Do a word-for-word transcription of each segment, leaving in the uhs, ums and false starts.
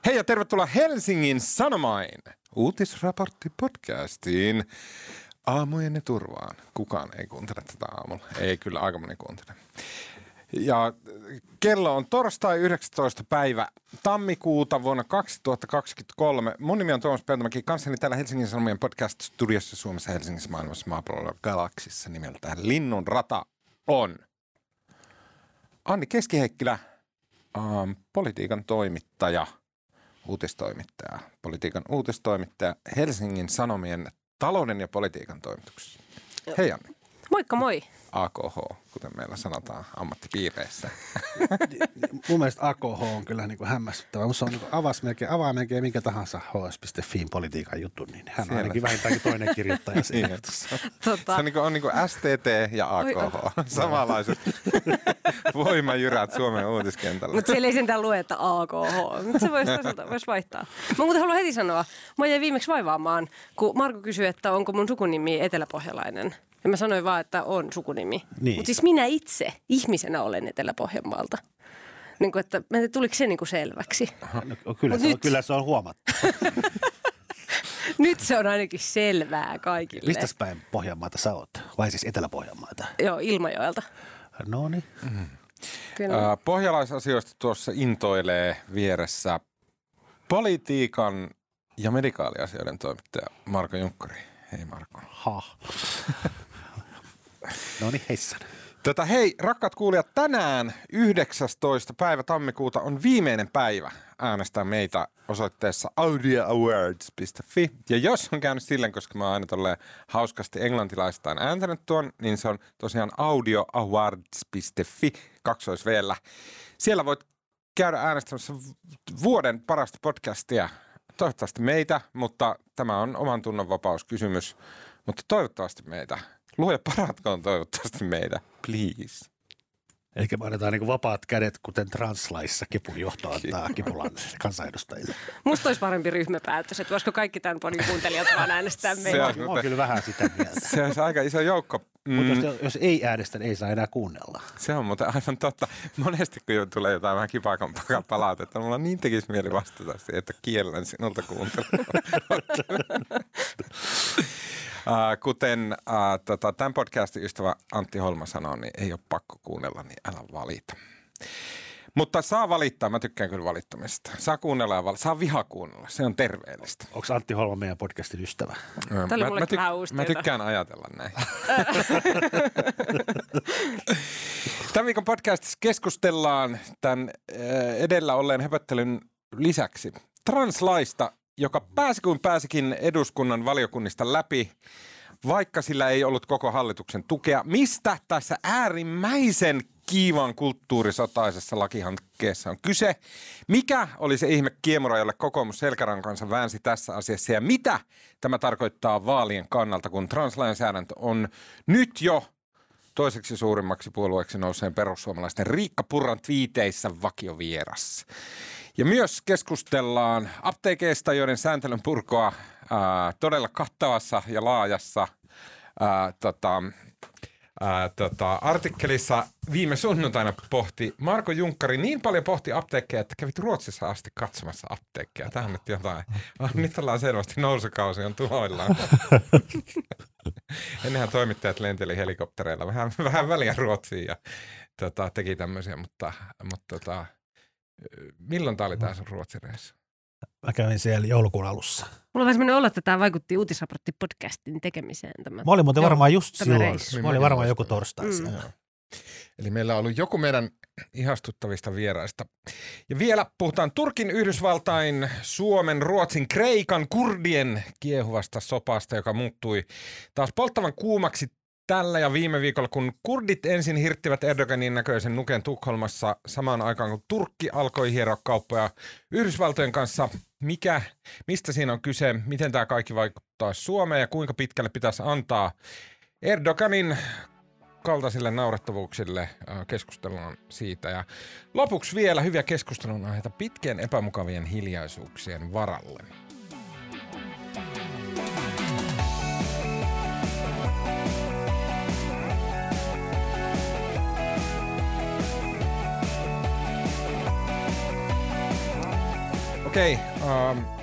Hei ja tervetuloa Helsingin Sanomain uutisraporttipodcastiin. Aamujenne turvaan. Kukaan ei kuuntele tätä aamulla. Ei kyllä aika moni kuuntele. Ja kello on torstai yhdeksästoista päivä tammikuuta vuonna kaksituhattakaksikymmentäkolme. Mun nimi on Tuomas Peltomäki. Kanssani täällä Helsingin Sanomien podcast-studiossa Suomessa, Helsingissä, maailmassa, maapallolla, galaksissa nimeltään Linnun rata on Anni Keskiheikkilä, ähm, politiikan toimittaja, uutistoimittaja, politiikan uutistoimittaja Helsingin Sanomien talouden ja politiikan toimituksessa. Hei Anni. Moikka moi. A K H, kuten meillä sanotaan ammattipiireissä. Mun mielestä A K H on kyllä niin kuin hämmästyttävä. Musta on niin kuin avasi melkein, avaa melkein minkä tahansa H S piste F I politiikan jutun, niin hän on ainakin vähintäänkin toinen kirjoittaja siinä. Tota. Se on niin kuin, on niin kuin S T T ja A K H. Samanlaiset voimajyrät Suomen uutiskentällä. Mutta siellä ei sentään lue, että A K H. Mutta se voisi vois vaihtaa. Mä muuten haluan heti sanoa, mä jäin viimeksi vaivaamaan, kun Marko kysyi, että onko mun sukunimi eteläpohjalainen. Ja mä sanoin vaan, että on sukunimi. Niin. Mutta siis minä itse ihmisenä olen Etelä-Pohjanmaalta. Niin kuin, että tuliko se niin kuin selväksi? No, kyllä, se on, kyllä se on huomattu. Nyt se on ainakin selvää kaikille. Mistäs päin Pohjanmaata sä oot? Vai siis Etelä-Pohjanmaata? Joo, Ilmajoelta. No niin. Mm. Pohjalaisasioista tuossa intoilee vieressä politiikan ja medikaaliasioiden toimittaja Marko Junkkari. Hei Marko. Ha. No niin, heissan. Tota, hei, rakkaat kuulijat, tänään yhdeksästoista päivä tammikuuta on viimeinen päivä äänestää meitä osoitteessa audio awards piste f i. Ja jos on käynyt silleen, koska mä oon aina tolleen hauskasti englantilaistaan ääntänyt tuon, niin se on tosiaan audio awards piste f i kaksois V:llä. Siellä voit käydä äänestämässä vuoden parasta podcastia. Toivottavasti meitä, mutta tämä on oman tunnon vapauskysymys. Mutta toivottavasti meitä. Luoja paratkoon toivottavasti meitä. Please. Eli me annetaan niin vapaat kädet, kuten Translaissa Kepun johto antaa Kepulan kansanedustajille. Musta olisi parempi ryhmäpäätös, että voisiko kaikki tämän podin kuuntelijat vaan äänestää meitä. Se on, on kyllä vähän sitä mieltä. Se olisi aika iso joukko. Mm. Mutta jos, jos ei äänestä, niin ei saa enää kuunnella. Se on muuten aivan totta. Monesti kun tulee jotain vähän kipakampaa palautetta, mulla niin tekisi mieli vastata siihen, että kiellän sinulta kuuntelemaan. Uh, kuten uh, tota, tämän podcastin ystävä Antti Holma sanoo, niin ei ole pakko kuunnella, niin älä valita. Mutta saa valittaa, mä tykkään kyllä valittamista. Saa kuunnella ja valita, saa viha kuunnella, se on terveellistä. Onko Antti Holma meidän podcastin ystävä? Tämä oli mulle mä, vähän uusi mä tykkään ajatella näin. Tämän viikon podcastissa keskustellaan tämän edellä olleen höpöttelyn lisäksi translaista, joka pääsi kuin pääsikin eduskunnan valiokunnista läpi, vaikka sillä ei ollut koko hallituksen tukea. Mistä tässä äärimmäisen kiivan kulttuurisotaisessa lakihankkeessa on kyse? Mikä oli se ihme kiemura, jolle kokoomus selkärankansa väänsi tässä asiassa? Ja mitä tämä tarkoittaa vaalien kannalta, kun translainsäädäntö on nyt jo toiseksi suurimmaksi puolueeksi nouseen perussuomalaisten Riikka Purran twiiteissä vakiovieras? Ja myös keskustellaan apteekeista, joiden sääntelyn purkoa ää, todella kattavassa ja laajassa ää, tota, ää, tota, artikkelissa viime sunnuntaina pohti Marko Junkkari niin paljon pohti apteekkeja, että kävit Ruotsissa asti katsomassa apteekkeja. Tähän nyt jotain. Nyt ollaan selvästi nousukausi on tuloillaan. Ennenhän toimittajat lenteli helikoptereilla vähän, vähän väliä Ruotsiin ja tota, teki tämmöisiä, mutta... mutta tota, milloin tämä oli tämä sun Ruotsin-reissu? Mä kävin siellä joulukuun alussa. Mulla on vähän sellainen olo, että tämä vaikutti uutisraporttipodcastin tekemiseen. Tämä. Mä olin muuten varmaan just Joo, silloin. reissu. Mä olin varmaan joku torstaisi. Mm. Eli meillä on ollut joku meidän ihastuttavista vieraista. Ja vielä puhutaan Turkin, Yhdysvaltain, Suomen, Ruotsin, Kreikan, kurdien kiehuvasta sopasta, joka muuttui taas polttavan kuumaksi tällä ja viime viikolla, kun kurdit ensin hirttivät Erdoganin näköisen nuken Tukholmassa samaan aikaan, kun Turkki alkoi hieroa kauppoja Yhdysvaltojen kanssa. Mikä, mistä siinä on kyse, miten tämä kaikki vaikuttaa Suomeen ja kuinka pitkälle pitäisi antaa Erdoganin kaltaisille naurettavuuksille keskustellaan siitä. Ja lopuksi vielä hyviä keskustelun aiheita pitkien epämukavien hiljaisuuksien varalle. Okei, okay, um,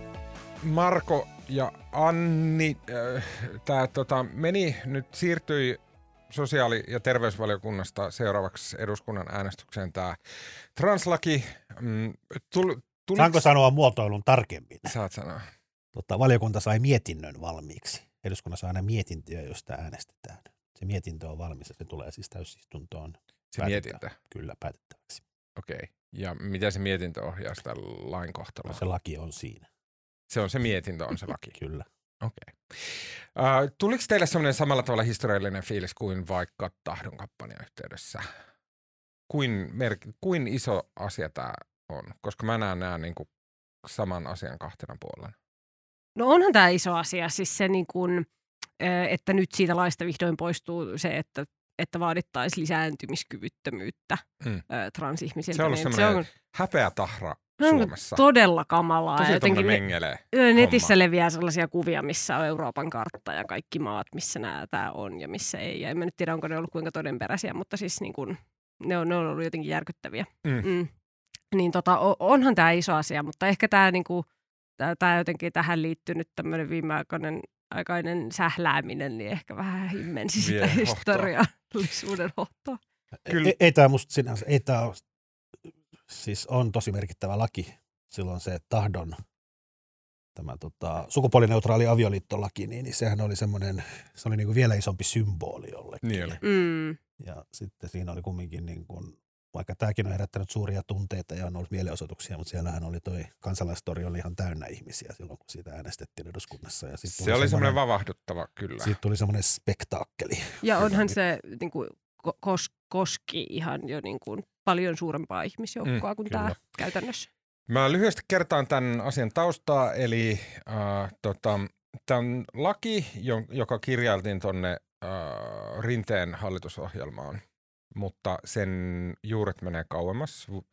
Marko ja Anni, äh, tämä tota, meni nyt, siirtyi sosiaali- ja terveysvaliokunnasta seuraavaksi eduskunnan äänestykseen tämä translaki. Mm, tul, tuliks... Saanko sanoa muotoilun tarkemmin? Saat sanoa. Tota, valiokunta sai mietinnön valmiiksi. Eduskunnassa on aina mietintöjä, josta äänestetään. Se mietintö on valmis ja se tulee siis täysistuntoon. Se mietintö? Kyllä, päätettäväksi. Okei. Okay. Ja miten se mietintö ohjaa sitä lainkohtelua? No, se laki on siinä. Se on se mietintö, on se laki? Kyllä. Okei. Okay. Uh, tuliko teille semmoinen samalla tavalla historiallinen fiilis kuin vaikka Tahdon kampanjan yhteydessä? Kuin, merk- kuin iso asia tämä on? Koska mä näen nämä niin kuin saman asian kahtena puolena. No onhan tämä iso asia, siis se niin kuin, että nyt siitä laista vihdoin poistuu se, että, että vaadittaisiin lisääntymiskyvyttömyyttä hmm. transihmisiltä. Se on ollut niin semmoinen se on häpeä tahra Suomessa. Todella kamalaa. Tosi jotenkin mengelee netissä homma. Leviää sellaisia kuvia, missä on Euroopan kartta ja kaikki maat, missä tämä on ja missä ei. Ja en mä nyt tiedä, onko ne ollut kuinka todenperäisiä, mutta siis niin kuin, ne, on, ne on ollut jotenkin järkyttäviä. Mm. Mm. Niin tota, onhan tämä iso asia, mutta ehkä tämä niinku, jotenkin tähän liittynyt tämmöinen viimeaikainen aikainen sählääminen, niin ehkä vähän himmensi sitä Vie historiallisuuden hohtoa. Kyllä. Ei, ei tämä musta sinänsä, ei tämä ole, siis on tosi merkittävä laki. Silloin se Tahdon, tämä tota, sukupuolineutraali avioliittolaki, niin, niin sehän oli semmoinen, se oli niin kuin vielä isompi symboli jollekin. Niin oli. Mm. Ja sitten siinä oli kumminkin niin kuin, vaikka tämäkin on herättänyt suuria tunteita ja on ollut mielenosoituksia, mutta siellähän oli toi kansalaistori oli ihan täynnä ihmisiä silloin, kun siitä äänestettiin eduskunnassa. Ja se oli semmoinen vavahduttava, kyllä. Siitä tuli semmoinen spektaakkeli. Ja onhan se niin kuin, kos, koski ihan jo niin kuin, paljon suurempaa ihmisjoukkoa mm, kuin kyllä. Tämä käytännössä. Mä lyhyesti kertaan tämän asian taustaa, eli äh, tota, tämän laki, joka kirjailtiin tuonne äh, Rinteen hallitusohjelmaan, mutta sen juuret menee kauemmas. Uh,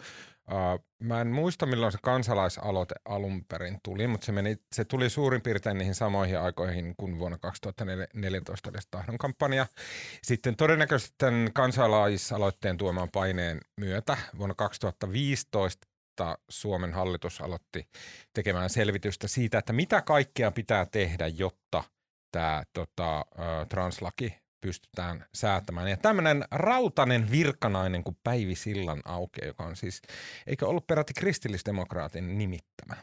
mä en muista, milloin se kansalaisaloite alun perin tuli, mutta se, meni, se tuli suurin piirtein niihin samoihin aikoihin kuin vuonna kaksituhattaneljätoista oli Tahdon kampanja. Sitten todennäköisesti tämän kansalaisaloitteen tuomaan paineen myötä vuonna kaksituhattaviisitoista Suomen hallitus aloitti tekemään selvitystä siitä, että mitä kaikkea pitää tehdä, jotta tämä tota, uh, translaki pystytään säätämään. Ja tämmöinen rautainen virkanainen kuin Päivi Sillan Auke, joka on siis, eikö ollut peräti kristillisdemokraatin nimittämä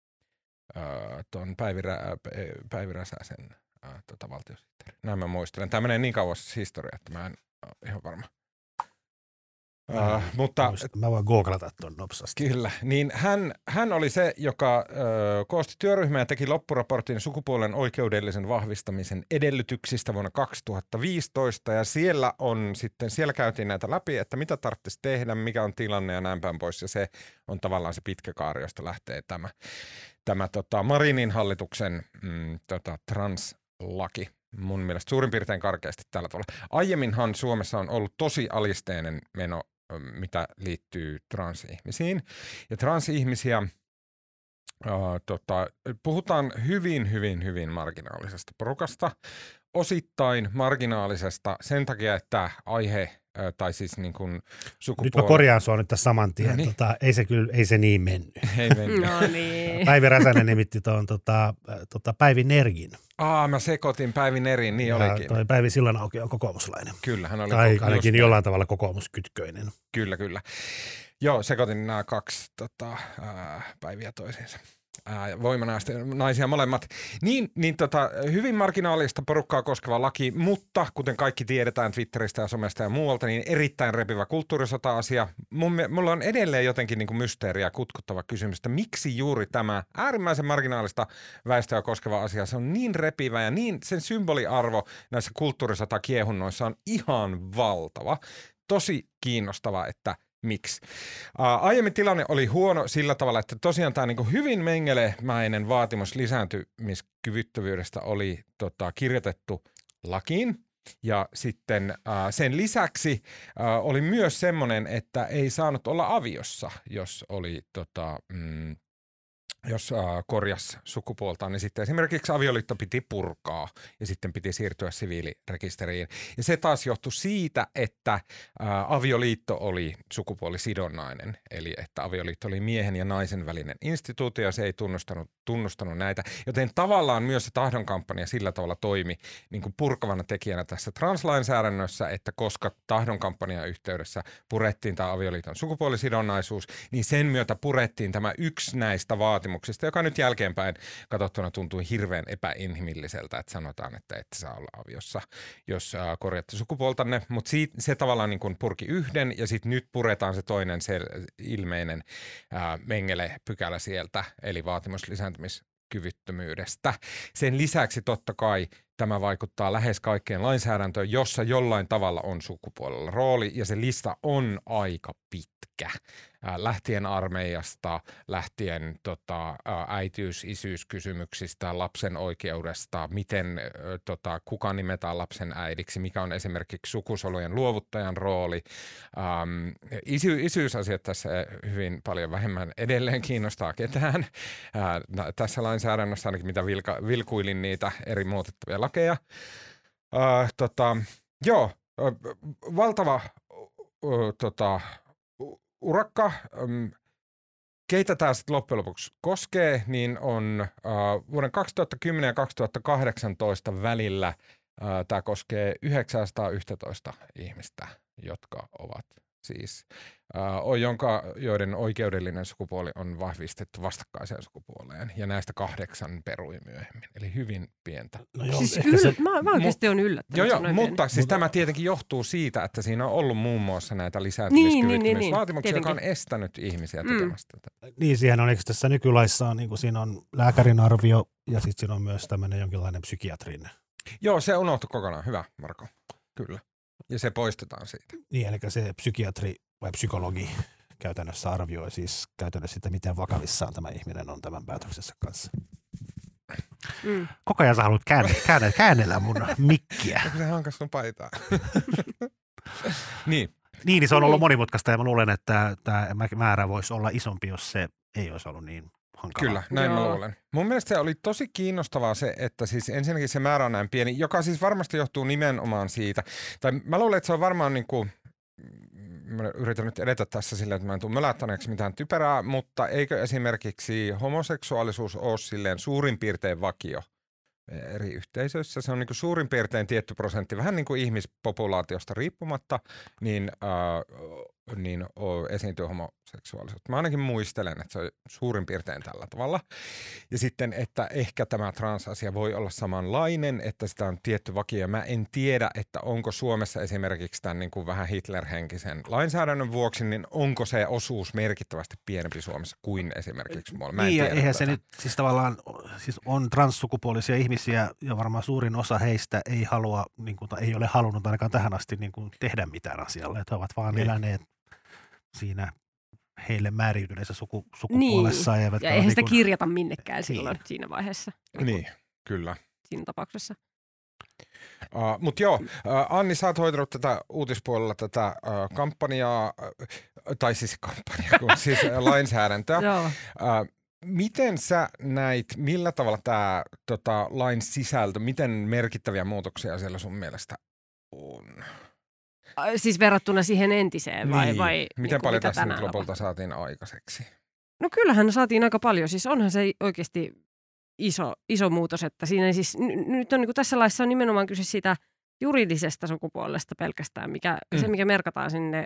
öö, tuon Päivi, Rä, Päivi Räsäsen öö, tota, valtiosihteeri. Näin mä muistelen. Tämä menee niin kauas historiaa, että mä en ole ihan varma. Mä, uh, mutta, mä voin googlata tuon nopsasti. Kyllä, niin hän, hän oli se, joka ö, koosti työryhmää ja teki loppuraportin sukupuolen oikeudellisen vahvistamisen edellytyksistä vuonna kaksituhattaviisitoista. Ja siellä on sitten, siellä käytiin näitä läpi, että mitä tarvitsisi tehdä, mikä on tilanne ja näin päin pois. Ja se on tavallaan se pitkä kaari, josta lähtee tämä, tämä tota Marinin hallituksen mm, tota, translaki. Mun mielestä suurin piirtein karkeasti tällä tavalla. Aiemminhan Suomessa on ollut tosi alisteinen meno, mitä liittyy transihmisiin. Ja transihmisiä, ää, tota, puhutaan hyvin, hyvin, hyvin marginaalisesta porukasta. Osittain marginaalisesta sen takia, että aihe, ää, tai siis niin kuin sukupuoli... Nyt mä korjaan sua nyt tässä saman tien. No niin. tota, ei, se kyllä, ei se niin mennyt. Ei mennyt. No niin. Päivi Räsänen nimitti tuon tota, tota Päivi Nergin. Aa, mä sekoitin Päivi Nerin, niin ja olikin. Toi Päivi Sillan Auke on kokoomuslainen. Kyllä, hän oli. Tai ainakin jollain tavalla kokoomuskytköinen. Kyllä, kyllä. Joo, sekoitin nämä kaksi tota, ää, Päiviä toisiinsa. Voimanaisia molemmat. Niin, niin tota, hyvin marginaalista porukkaa koskeva laki, mutta kuten kaikki tiedetään Twitteristä ja somesta ja muualta, niin erittäin repivä kulttuurisota-asia. Mun, mulla on edelleen jotenkin niin kuin mysteeriä kutkuttava kysymys, että miksi juuri tämä äärimmäisen marginaalista väestöä koskeva asia, se on niin repivä ja niin sen symboliarvo näissä kulttuurisota-kiehunnoissa on ihan valtava. Tosi kiinnostava, että miksi? Uh, aiemmin tilanne oli huono sillä tavalla, että tosiaan tämä niinku hyvin mengelemäinen vaatimus lisääntymiskyvyttömyydestä oli tota, kirjoitettu lakiin. Ja sitten uh, sen lisäksi uh, oli myös semmoinen, että ei saanut olla aviossa, jos oli tota, mm, jos äh, korjas sukupuoltaan, niin sitten esimerkiksi avioliitto piti purkaa ja sitten piti siirtyä siviilirekisteriin. Ja se taas johtui siitä, että äh, avioliitto oli sukupuolisidonnainen, eli että avioliitto oli miehen ja naisen välinen instituutio ja se ei tunnustanut, tunnustanut näitä. Joten tavallaan myös se tahdonkampanja sillä tavalla toimi niin kuin purkavana tekijänä tässä translainsäädännössä, että koska tahdonkampanjan yhteydessä purettiin tämä avioliiton sukupuolisidonnaisuus, niin sen myötä purettiin tämä yksi näistä vaatimuksista, joka nyt jälkeenpäin katsottuna tuntui hirveän epäinhimilliseltä, että sanotaan, että ette saa olla aviossa, jos äh, korjatte sukupuoltanne, mutta se tavallaan niin kuin purki yhden ja sitten nyt puretaan se toinen sel- ilmeinen äh, mengele-pykälä sieltä, eli vaatimus lisääntymiskyvyttömyydestä. Sen lisäksi totta kai tämä vaikuttaa lähes kaikkeen lainsäädäntöön, jossa jollain tavalla on sukupuolella rooli, ja se lista on aika pitkä. Lähtien armeijasta, lähtien tota, äitiys-, isyyskysymyksistä, lapsen oikeudesta, miten tota, kuka nimetään lapsen äidiksi, mikä on esimerkiksi sukusolujen luovuttajan rooli. Ähm, isy- isyysasiat tässä hyvin paljon vähemmän edelleen kiinnostaa ketään. Äh, tässä lainsäädännössä ainakin mitä vilka, vilkuilin niitä eri muutettavia lakeja. Äh, tota, joo, valtava äh, tota, urakka. Keitä tämä sitten loppujen lopuksi koskee, niin on uh, vuoden kaksituhattakymmenen ja kaksituhattakahdeksantoista välillä uh, tämä koskee yhdeksänsataayksitoista ihmistä, jotka ovat siis, uh, jonka, joiden oikeudellinen sukupuoli on vahvistettu vastakkaiseen sukupuoleen, ja näistä kahdeksan perui myöhemmin, eli hyvin pientä. No joo, siis yl- se, mä, mä oikeasti on yllättänyt. Joo, joo mutta siis mutta tämä tietenkin johtuu siitä, että siinä on ollut muun muassa näitä lisääntymiskyvyttömyysvaatimuksia, niin, niin, niin, joka on estänyt ihmisiä tekemästä mm. tätä. Niin, siihen on, eikö tässä nykylaissa on, niin kuin siinä on lääkärin arvio ja sitten siinä on myös tämmöinen jonkinlainen psykiatrin. Joo, se unohtui kokonaan. Hyvä, Marko. Kyllä. Ja se poistetaan siitä. Niin, eli se psykiatri vai psykologi käytännössä arvioi siis käytännössä sitä, miten vakavissaan tämä ihminen on tämän päätöksessä kanssa. Mm. Koko ajan sä haluat käännellä, käännellä, käännellä mun mikkiä. Se hankas sun paitaa. niin. Niin, niin se on ollut monimutkaista ja mä luulen, että tämä määrä voisi olla isompi, jos se ei olisi ollut niin hankalaa. Kyllä, näin Joo. mä luulen. Mun mielestä se oli tosi kiinnostavaa se, että siis ensinnäkin se määrä on näin pieni, joka siis varmasti johtuu nimenomaan siitä. Tai mä luulen, että se on varmaan niin kuin, mä yritän nyt edetä tässä silleen, että mä en tule mölättäneeksi mitään typerää, mutta eikö esimerkiksi homoseksuaalisuus ole silleen suurin piirtein vakio eri yhteisöissä? Se on niin kuin suurin piirtein tietty prosentti, vähän niin kuin ihmispopulaatiosta riippumatta, niin, äh, niin esiintyy homoseksuaalisuutta. Mä ainakin muistelen, että se on suurin piirtein tällä tavalla. Ja sitten, että ehkä tämä transasia voi olla samanlainen, että sitä on tietty vakio. Mä en tiedä, että onko Suomessa esimerkiksi tämän niin kuin vähän Hitler-henkisen lainsäädännön vuoksi, niin onko se osuus merkittävästi pienempi Suomessa kuin esimerkiksi muualla. Mä en niin, ja tiedä eihän tätä. se nyt, siis tavallaan, siis on transsukupuolisia ihmisiä ja varmaan suurin osa heistä ei halua, niin kuin, ei ole halunnut ainakaan tähän asti niin kuin tehdä mitään asialle, että ovat vaan niin. eläneet siinä heille määriytyneessä suku, sukupuolessa. Niin. Eivätkä Ja ole eihän niin sitä kuin, kirjata minnekään silloin Niin. siinä vaiheessa. Niin, kyllä. Siinä tapauksessa. Uh, Mutta joo, uh, Anni, sä oot hoitanut tätä uutispuolella tätä uh, kampanjaa, uh, tai siis kampanjaa, kun siis uh, lainsäädäntöä. Joo. Uh, miten sä näit, millä tavalla tämä tota, lain sisältö, miten merkittäviä muutoksia siellä sun mielestä on? Ai, Siis verrattuna siihen entiseen vai? niin. vai Miten niin kuin paljon mitä tässä nyt tänään lopulta tapahtuu? saatiin aikaiseksi? No kyllähän saatiin aika paljon. Siis onhan se oikeasti iso, iso muutos, että siinä siis n- nyt on niin kuin tässä laissa on nimenomaan kyse siitä juridisesta sukupuolesta pelkästään, mikä, Mm. se mikä merkataan sinne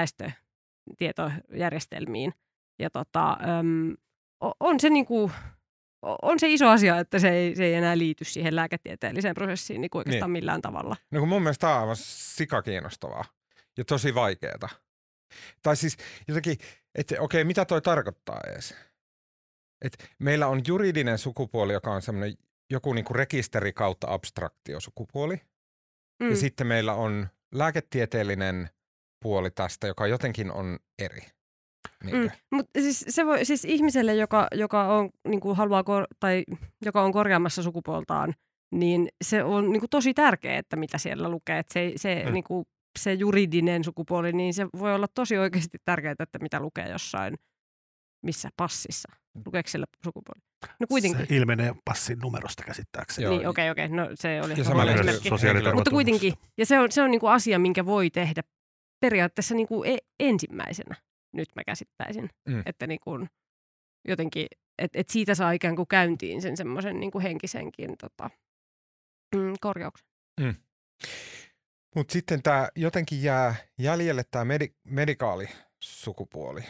väestötietojärjestelmiin. Ja tota, äm, o- on se niin kuin, on se iso asia, että se ei, se ei enää liity siihen lääketieteelliseen prosessiin niin kuin oikeastaan Niin. millään tavalla. No kun mun mielestä tämä on aivan sikakiinnostavaa ja tosi vaikeeta. Tai siis jotenkin, että okei, mitä toi tarkoittaa edes? Et meillä on juridinen sukupuoli, joka on semmoinen joku niinku rekisteri kautta abstraktiosukupuoli. Mm. Ja sitten meillä on lääketieteellinen puoli tästä, joka jotenkin on eri. Niinkö? Mm. Mutta siis, se voi, siis ihmiselle, joka, joka, on, niinku, haluaa kor- tai joka on korjaamassa sukupuoltaan, niin se on niinku, tosi tärkeää, että mitä siellä lukee. Et se, se, Mm. niinku, se juridinen sukupuoli, niin se voi olla tosi oikeasti tärkeää, että mitä lukee jossain missä passissa? Lukeeko siellä sukupuoli? No kuitenkin. Se ilmenee passin numerosta käsittääkseni. Joo. Niin, okei, okay, okei. Okay. No se oli. Ja sama Mutta kuitenkin, ja se on, se on niinku asia, minkä voi tehdä periaatteessa niinku e- ensimmäisenä. Nyt mä käsittäisin, mm. että niinku jotenkin, että et siitä saa ikään kuin käyntiin sen semmoisen niinku henkisenkin tota, mm, korjauksen. Mm. Mutta sitten tämä jotenkin jää jäljelle tämä medi- medikaali-sukupuoli.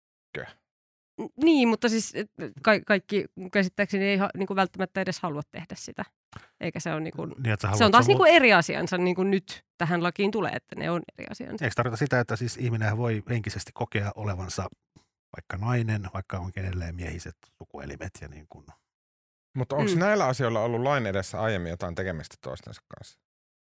Niin, mutta siis ka- kaikki käsittääkseni ei ha- niinku välttämättä edes halua tehdä sitä. Eikä se ole niinku, niin, se on taas niinku eri asiansa, niin kuin nyt tähän lakiin tulee, että ne on eri asiansa. Eikö tarkoita sitä, että siis ihminen voi henkisesti kokea olevansa vaikka nainen, vaikka onkin edelleen miehiset sukuelimet ja niin kuin. Mutta onko Mm. näillä asioilla ollut lain edessä aiemmin jotain tekemistä toistensa kanssa?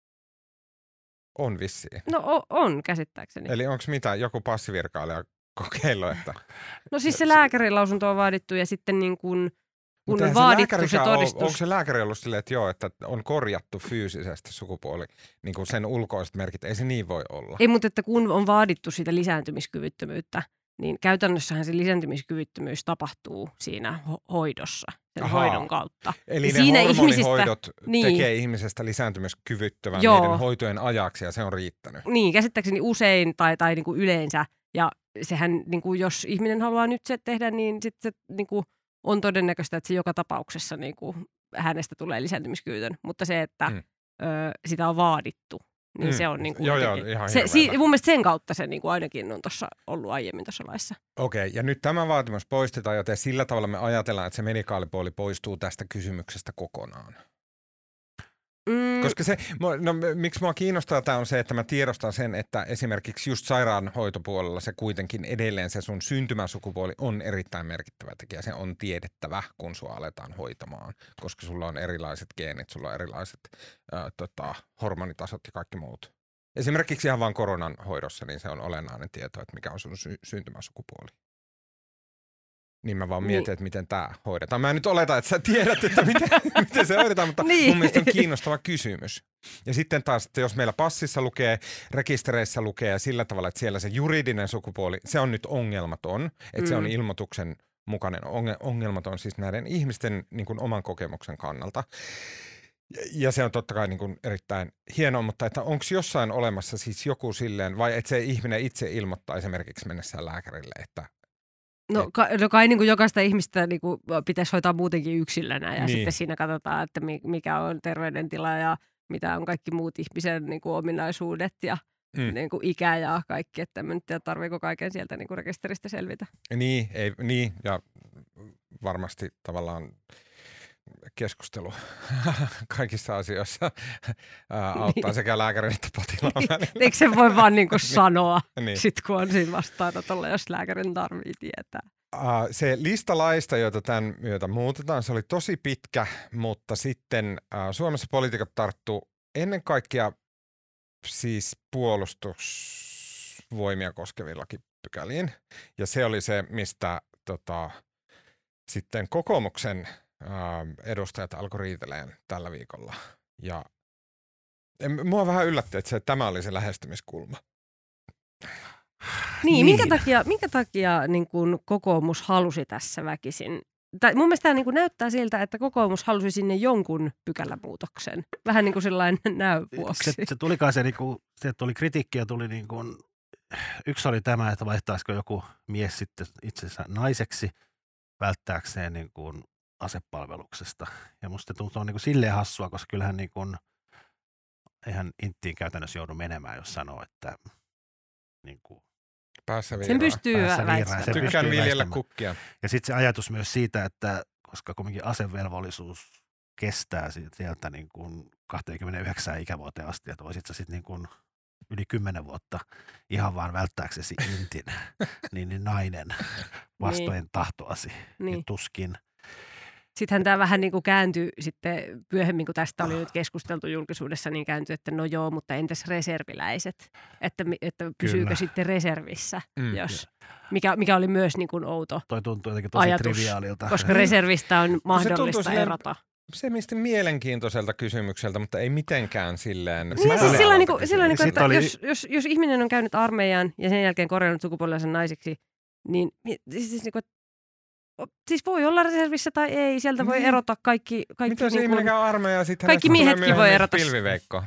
On vissiin. No o- on käsittääkseni. Eli onko mitä joku passivirkailija kokeillut, että No siis se lääkärin lausunto on vaadittu ja sitten niin kuin, kun Mutta on eihän vaadittu se lääkärikään todistus. ole- Onko se lääkäri ollut silleen, että joo, että on korjattu fyysisesti sukupuoli, niin kuin sen ulkoiset merkit? Ei se niin voi olla. Ei, mutta että kun on vaadittu sitä lisääntymiskyvyttömyyttä, niin käytännössähän se lisääntymiskyvyttömyys tapahtuu siinä ho- hoidossa, sen Ahaa. hoidon kautta. Eli ja ne siinä hormonihoidot niin. tekee ihmisestä lisääntymiskyvyttömän Joo. niiden hoitojen ajaksi ja se on riittänyt. Niin, käsittääkseni usein tai, tai niin kuin yleensä. Ja sehän, niin kuin jos ihminen haluaa nyt se tehdä, niin sitten se niin kuin on todennäköistä, että se joka tapauksessa niin kuin hänestä tulee lisääntymiskyvytön. Mutta se, että Mm. ö, sitä on vaadittu, niin Mm. se on niin kuin Joo, joo, jotenkin- ihan se, hirveetä. si, mun mielestä sen kautta se niin kuin ainakin on tuossa ollut aiemmin tuossa laissa. Okei, ja nyt tämä vaatimus poistetaan, joten sillä tavalla me ajatellaan, että se medikaalipuoli poistuu tästä kysymyksestä kokonaan. Mm, Koska se, mua- no, m- miksi mua kiinnostaa tämä on se, että mä tiedostan sen, että esimerkiksi just sairaanhoitopuolella se kuitenkin edelleen se sun syntymäsukupuoli on erittäin merkittävä tekijä. Se on tiedettävä, kun sua aletaan hoitamaan, koska sulla on erilaiset geenit, sulla on erilaiset ää, tota, hormonitasot ja kaikki muut. Esimerkiksi ihan vaan koronan hoidossa, niin se on olennainen tieto, että mikä on sun sy- syntymäsukupuoli. Niin mä vaan mietin, Niin. että miten tämä hoidetaan. Mä en nyt oleta, että sä tiedät, että miten, miten se hoidetaan, mutta Niin. mun mielestä on kiinnostava kysymys. Ja sitten taas, että jos meillä passissa lukee, rekistereissä lukee sillä tavalla, että siellä se juridinen sukupuoli, se on nyt ongelmaton, että mm. se on Mm. ilmoituksen mukainen onge- ongelmaton siis näiden ihmisten niin kuin oman kokemuksen kannalta. Ja- Ja se on totta kai niin kuin erittäin hienoa, mutta että onko jossain olemassa siis joku silleen, vai että se ihminen itse ilmoittaa esimerkiksi mennessään lääkärille, että No, ka, no kai niin kuin jokaista ihmistä niin kuin pitäisi hoitaa muutenkin yksilönä ja Niin. niin. sitten siinä katsotaan, että mi, mikä on terveydentila ja mitä on kaikki muut ihmisen niin kuin ominaisuudet ja Mm. niin kuin ikä ja kaikki, että en tiedä tarviiko kaiken sieltä niin kuin rekisteristä selvitä. Niin, ei, niin, ja varmasti tavallaan keskustelu kaikissa asioissa ää, auttaa Niin. sekä lääkärin että potilaan välillä. Eikö se voi vaan niin kuin sanoa, Niin. sit kun on siinä vastaanotolla, jos lääkärin tarvii tietää. Ää, se lista laista, joita tämän myötä muutetaan, se oli tosi pitkä, mutta sitten ää, Suomessa poliitikot tarttu ennen kaikkea siis puolustusvoimia koskeviin lakipykäliin. Ja se oli se, mistä tota, sitten kokoomuksen ää, edustajat alkoi riiteleen tällä viikolla. Ja en- mua vähän yllätti, että se, tämä oli se lähestymiskulma. Niin, minkä takia, minkä takia niin kuin kokoomus halusi tässä väkisin? Tai mun mielestä tämä niin kuin näyttää siltä, että kokoomus halusi sinne jonkun pykälämuutoksen. Vähän niin kuin sellainen näy vuoksi. Se, se tuli kai se, niinku, se tuli kritiikkiä, tuli niinku, yksi oli tämä, että vaihtaisiko joku mies sitten itsensä naiseksi välttääkseen niinku asepalveluksesta. Ja musta tuntuu on niinku silleen hassua, koska kyllähän niinku, eihän inttiin käytännössä joudu menemään, jos sanoo, että niinku, Päässä Sen viiraan. pystyy Päässä väistämään. viiraan. Se Tykkään pystyy viljellä väistämään. kukkia. Ja sitten se ajatus myös siitä, että koska kuitenkin asevelvollisuus kestää siitä- sieltä niin kuin kaksikymmentäyhdeksän ikävuoteen asti, että voisit sä sitten niin kuin yli kymmenen vuotta ihan vaan välttääksesi intin, niin, niin nainen vastoin tahtoasi, niin. Niin. tuskin. Sittenhän tämä vähän niin kuin kääntyi sitten myöhemmin, kun tästä oli nyt keskusteltu julkisuudessa, niin kääntyi, että no joo, mutta entäs reserviläiset? Että, mi- että pysyykö Kyllä. sitten reservissä, Mm. jos, mikä, mikä oli myös niin kuin outo, Toi tuntuu jotenkin tosi Ajatus, triviaalilta. koska reservistä on tuntuu mahdollista silleen- erota. Se mistä mielenkiintoiselta kysymykseltä, mutta ei mitenkään silleen. Niin, Mä- siis Mä- sillä niin kuin, kysymys. sillä niin kuin, Sitten että oli- jos, jos, jos ihminen on käynyt armeijan ja sen jälkeen korjannut sukupuolensa naisiksi, niin mi- siis niin kuin, siis voi olla reservissä tai ei, sieltä voi erota kaikki. kaikki Mitä se niin ihminen käy armeijaa, sitten kaikki miehetkin voi erota. Pilviveikko.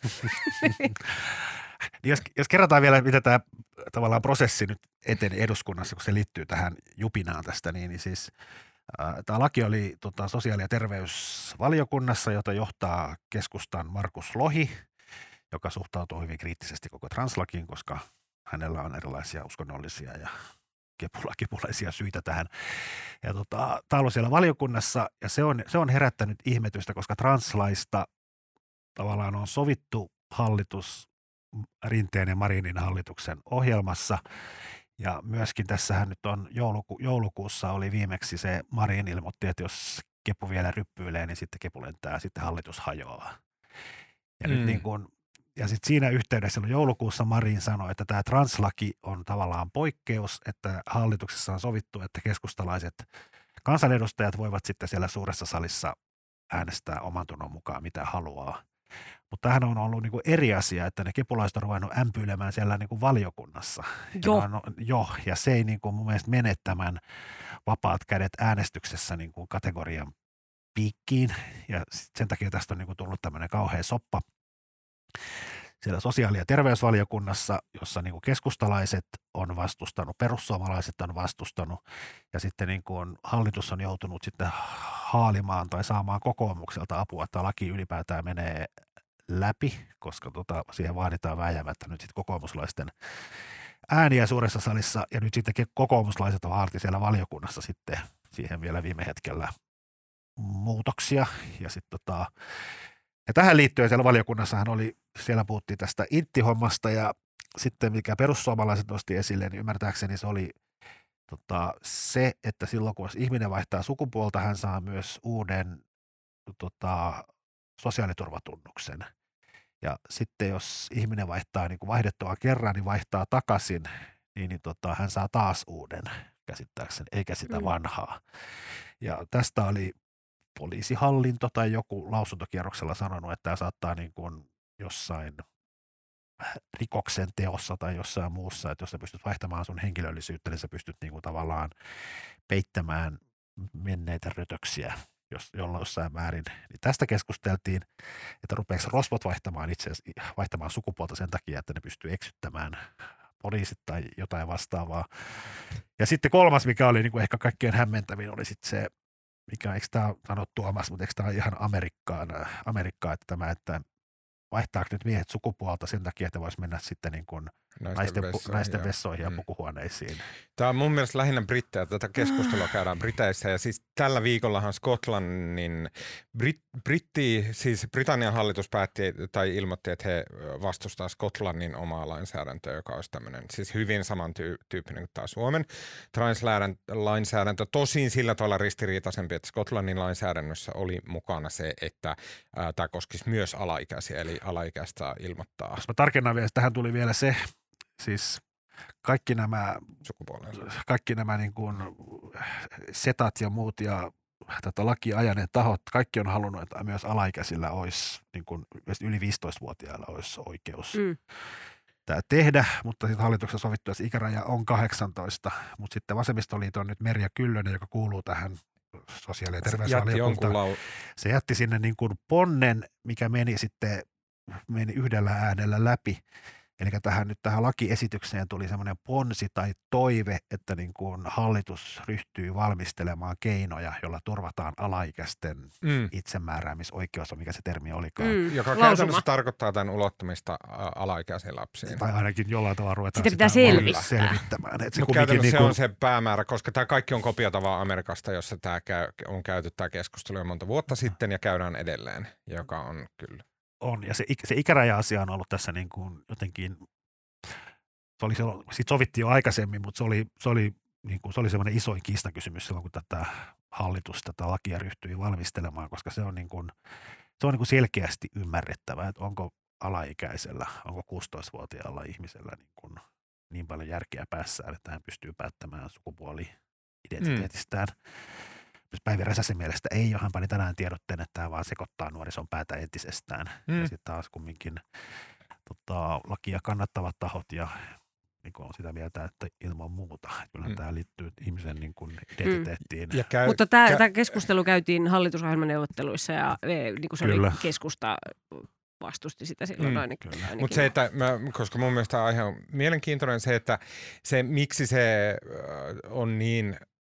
jos, jos kerrotaan vielä, miten tämä tavallaan prosessi nyt eteni eduskunnassa, kun se liittyy tähän jupinaan tästä, niin, niin siis äh, tämä laki oli tota, sosiaali- ja terveysvaliokunnassa, jota johtaa keskustan Markus Lohi, joka suhtautuu hyvin kriittisesti koko translakiin, koska hänellä on erilaisia uskonnollisia ja kepula, kepulaisia syitä tähän. Ja tota, tämä on siellä valiokunnassa, ja se on, se on herättänyt ihmetystä, koska translaista tavallaan on sovittu hallitus Rinteen ja Marinin hallituksen ohjelmassa, ja myöskin tässähän nyt on jouluku, joulukuussa oli viimeksi se Marin ilmoitti, että jos kepu vielä ryppyilee, niin sitten kepu lentää, sitten hallitus hajoaa. Ja mm. nyt niin kuin Ja sitten siinä yhteydessä joulukuussa Marin sanoi, että tämä translaki on tavallaan poikkeus, että hallituksessa on sovittu, että keskustalaiset kansanedustajat voivat sitten siellä suuressa salissa äänestää oman tunnon mukaan mitä haluaa. Mutta tämähän on ollut niinku eri asia, että ne kepulaiset on ruvennut ämpyilemään siellä niinku valiokunnassa. Jo. On, jo, ja se ei niinku mun mielestä mene tämän vapaat kädet äänestyksessä niinku kategorian piikkiin. Ja sen takia tästä on niinku tullut tämmöinen kauhea soppa siellä sosiaali- ja terveysvaliokunnassa, jossa niin kuin keskustalaiset on vastustanut, perussuomalaiset on vastustanut, ja sitten niin kuin hallitus on joutunut sitten haalimaan tai saamaan kokoomukselta apua, että laki ylipäätään menee läpi, koska tota, siihen vaaditaan vääjäämättä nyt sitten kokoomuslaisten ääniä suuressa salissa, ja nyt sitten kokoomuslaiset vaati siellä valiokunnassa sitten siihen vielä viime hetkellä muutoksia, ja sitten tota, ja tähän liittyen siellä valiokunnassahan oli, siellä puhuttiin tästä inttihommasta, ja sitten mikä perussuomalaiset nosti esille, niin ymmärtääkseni se oli tota, se, että silloin kun ihminen vaihtaa sukupuolta, hän saa myös uuden tota, sosiaaliturvatunnuksen. Ja sitten jos ihminen vaihtaa niin kuin vaihdettua kerran, niin vaihtaa takaisin, niin, niin tota, hän saa taas uuden käsittääkseni, eikä sitä mm. vanhaa. Ja tästä oli poliisihallinto tai joku lausuntokierroksella sanonut, että tämä saattaa niin kuin jossain rikoksen teossa tai jossain muussa, että jos sä pystyt vaihtamaan sun henkilöllisyyttä, niin sä pystyt niin kuin tavallaan peittämään menneitä rötöksiä, jos, jolla jossain määrin. Niin tästä keskusteltiin, että rupeeksi rosvot vaihtamaan itse asiassa, vaihtamaan sukupuolta sen takia, että ne pystyy eksyttämään poliisit tai jotain vastaavaa. Ja sitten kolmas, mikä oli niin kuin ehkä kaikkein hämmentävin, oli sitten se, mikä, eikö tämä sano Tuomas, mutta eikö tämä ole ihan Amerikkaan, Amerikkaa, että tämä, että vaihtaako nyt miehet sukupuolta sen takia, että voisi mennä sitten niin kuin naisten, naisten, vessoihin, naisten ja, vessoihin ja mm. pukuhuoneisiin. Tämä on mun mielestä lähinnä brittejä. Tätä keskustelua käydään Briteissä, ja siis tällä viikollahan Skotlannin, Brit, Britti, siis Britannian hallitus päätti tai ilmoitti, että he vastustaa Skotlannin omaa lainsäädäntöä, joka olisi tämmöinen siis hyvin samantyyppinen kuin tämä Suomen translainsäädäntö. Tosin sillä tavalla ristiriitaisempi, että Skotlannin lainsäädännössä oli mukana se, että ää, tämä koskisi myös alaikäisiä, eli alaikäistä ilmoittaa. Jos mä tarkennan vielä, tähän tuli vielä se, siis kaikki nämä, kaikki nämä niin kuin setat ja muut ja tätä lakia ajaneet tahot, kaikki on halunnut, että myös alaikäisillä olisi, niin kuin yli viisitoistavuotiailla olisi oikeus mm. tämä tehdä, mutta sitten hallituksessa sovittu, että ikäraja on kahdeksantoista, mutta sitten Vasemmistoliiton nyt Merja Kyllönen, joka kuuluu tähän sosiaali- ja terveysvaliokuntaan, se jätti sinne niin kuin ponnen, mikä meni sitten meni yhdellä äänellä läpi. Eli tähän, nyt tähän lakiesitykseen tuli semmoinen ponsi tai toive, että niin kuin hallitus ryhtyy valmistelemaan keinoja, jolla turvataan alaikäisten mm. itsemääräämisoikeus, mikä se termi olikaan. Mm. Joka Lausuma. Käytännössä tarkoittaa tämän ulottamista alaikäisiin lapsiin. Tai ainakin jollain tavalla ruvetaan sitä, sitä selvittää. selvittämään. Että se no käytännössä niin kuin se on se päämäärä, koska tämä kaikki on kopiotavaa Amerikasta, jossa tämä käy, on käyty tämä keskustelu jo monta vuotta sitten ja käydään edelleen, joka on kyllä. On, ja se, se ikäraja-asia on ollut tässä niin kuin jotenkin, se oli, siitä sovittiin jo aikaisemmin, mutta se oli, se oli, niin kuin, se oli semmoinen isoin kiistakysymys silloin, kun tätä hallitus tätä lakia ryhtyi valmistelemaan, koska se on, niin kuin, se on niin kuin selkeästi ymmärrettävää, että onko alaikäisellä, onko kuusitoistavuotiaalla ihmisellä niin, kuin niin paljon järkeä päässään, että hän pystyy päättämään sukupuoli-identiteetistään. Mm. Päivi Räsäsen mielestä ei, johon pani tänään tiedotteen, että tämä vaan sekoittaa nuorison päätä entisestään. Mm. Ja sitten taas kumminkin tota, lakia kannattavat tahot ja niin kuin on sitä mieltä, että ilman muuta. Kyllähän mm. tämä liittyy ihmisen niin kuin identiteettiin. Mm. Käy, Mutta tämä, käy... tämä keskustelu käytiin hallitusohjelmaneuvotteluissa ja niin kuin se Kyllä. oli keskusta vastusti sitä silloin mm. ainakin. ainakin. Mutta se, että mä, koska mun mielestä aihe on mielenkiintoinen se, että se, miksi se on niin,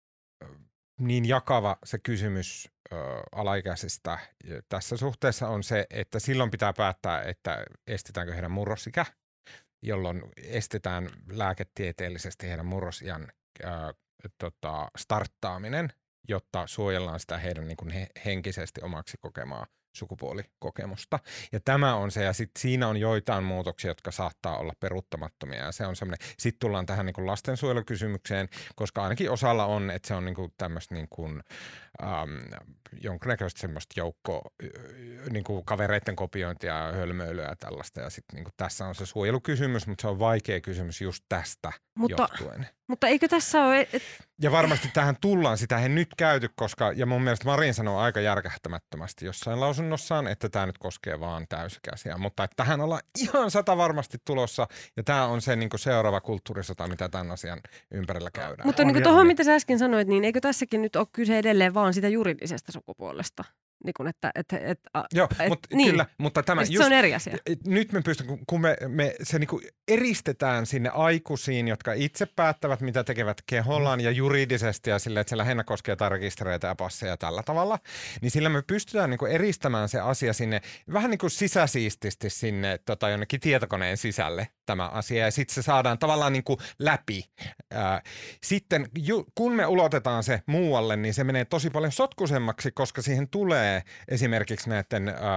niin jakava se kysymys ö, alaikäisistä tässä suhteessa on se, että silloin pitää päättää, että estetäänkö heidän murrosikä, jolloin estetään lääketieteellisesti heidän murrosiän ö, tota, starttaaminen, jotta suojellaan sitä heidän niin kuin he, henkisesti omaksi kokemaa sukupuolikokemusta. Ja tämä on se, ja sitten siinä on joitain muutoksia, jotka saattaa olla peruuttamattomia, ja se on semmoinen, sitten tullaan tähän niin kuin lastensuojelukysymykseen, koska ainakin osalla on, että se on niin kuin tämmöistä niin kuin, ähm, jonkinnäköistä semmoista joukko niin kuin kavereiden kopiointia ja hölmöilyä ja tällaista, ja sitten niin kuin tässä on se suojelukysymys, mutta se on vaikea kysymys just tästä mutta, johtuen. Mutta eikö tässä ole... Et... Ja varmasti tähän tullaan, sitä he nyt käyty, koska, ja mun mielestä Marin sanoo aika järkähtämättömästi jossain lausunnossaan, että tämä nyt koskee vaan täysikäisiä, mutta että tähän ollaan ihan sata varmasti tulossa, ja tämä on se niin kuin seuraava kulttuurisota, mitä tämän asian ympärillä käydään. Mutta niin tuohon, mitä sä äsken sanoit, niin eikö tässäkin nyt ole kyse edelleen vaan sitä juridisesta sukupuolesta? Niin kuin, että, että, että, Joo, et, mut, niin. kyllä, mutta tämä just, se on eri asia. Nyt me pystymme, kun me, me se niin kuin eristetään sinne aikuisiin, jotka itse päättävät, mitä tekevät kehollaan ja juridisesti ja sille, että se lähinnä koskee jotain rekistereitä ja passeja tällä tavalla, niin sillä me pystytään niin kuin eristämään se asia sinne vähän niin kuin sisäsiististi sinne tota, jonnekin tietokoneen sisälle tämä asia ja sitten se saadaan tavallaan niin kuin läpi. Ää, sitten ju, kun me ulotetaan se muualle, niin se menee tosi paljon sotkuisemmaksi, koska siihen tulee esimerkiksi näiden äh,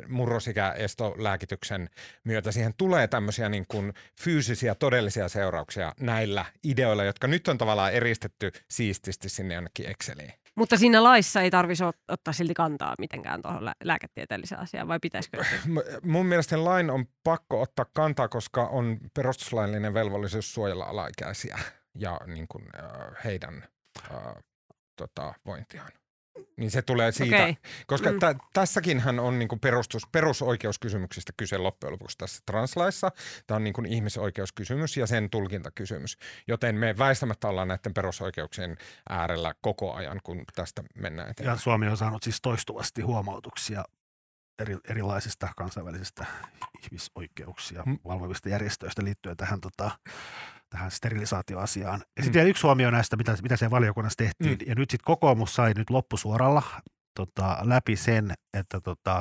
murrosikäestolääkityksen myötä siihen tulee tämmöisiä niin kuin fyysisiä todellisia seurauksia näillä ideoilla, jotka nyt on tavallaan eristetty siististi sinne jonnekin Exceliin. Mutta siinä laissa ei tarvitsisi ottaa silti kantaa mitenkään tuohon lä- lääketieteelliseen asiaan, vai pitäisikö? Mun mielestä lain on pakko ottaa kantaa, koska on perustuslaillinen velvollisuus suojella alaikäisiä ja niin kuin, äh, heidän äh, tota, vointiaan. Niin se tulee siitä, okay. koska mm. tä, tässäkinhän on niinku perustus, perusoikeuskysymyksistä kyse loppujen lopuksi tässä translaissa. Tämä on niinku ihmisoikeuskysymys ja sen tulkintakysymys, joten me väistämättä ollaan näiden perusoikeuksien äärellä koko ajan, kun tästä mennään eteenpäin. Ja Suomi on saanut siis toistuvasti huomautuksia eri, erilaisista kansainvälisistä ihmisoikeuksia mm. valvovista järjestöistä liittyen tähän tota, tähän sterilisaatioasiaan. Ja sitten mm. yksi huomio näistä, mitä, mitä siellä valiokunnassa tehtiin. Mm. Ja nyt sitten kokoomus sai nyt loppusuoralla tota, läpi sen, että, tota,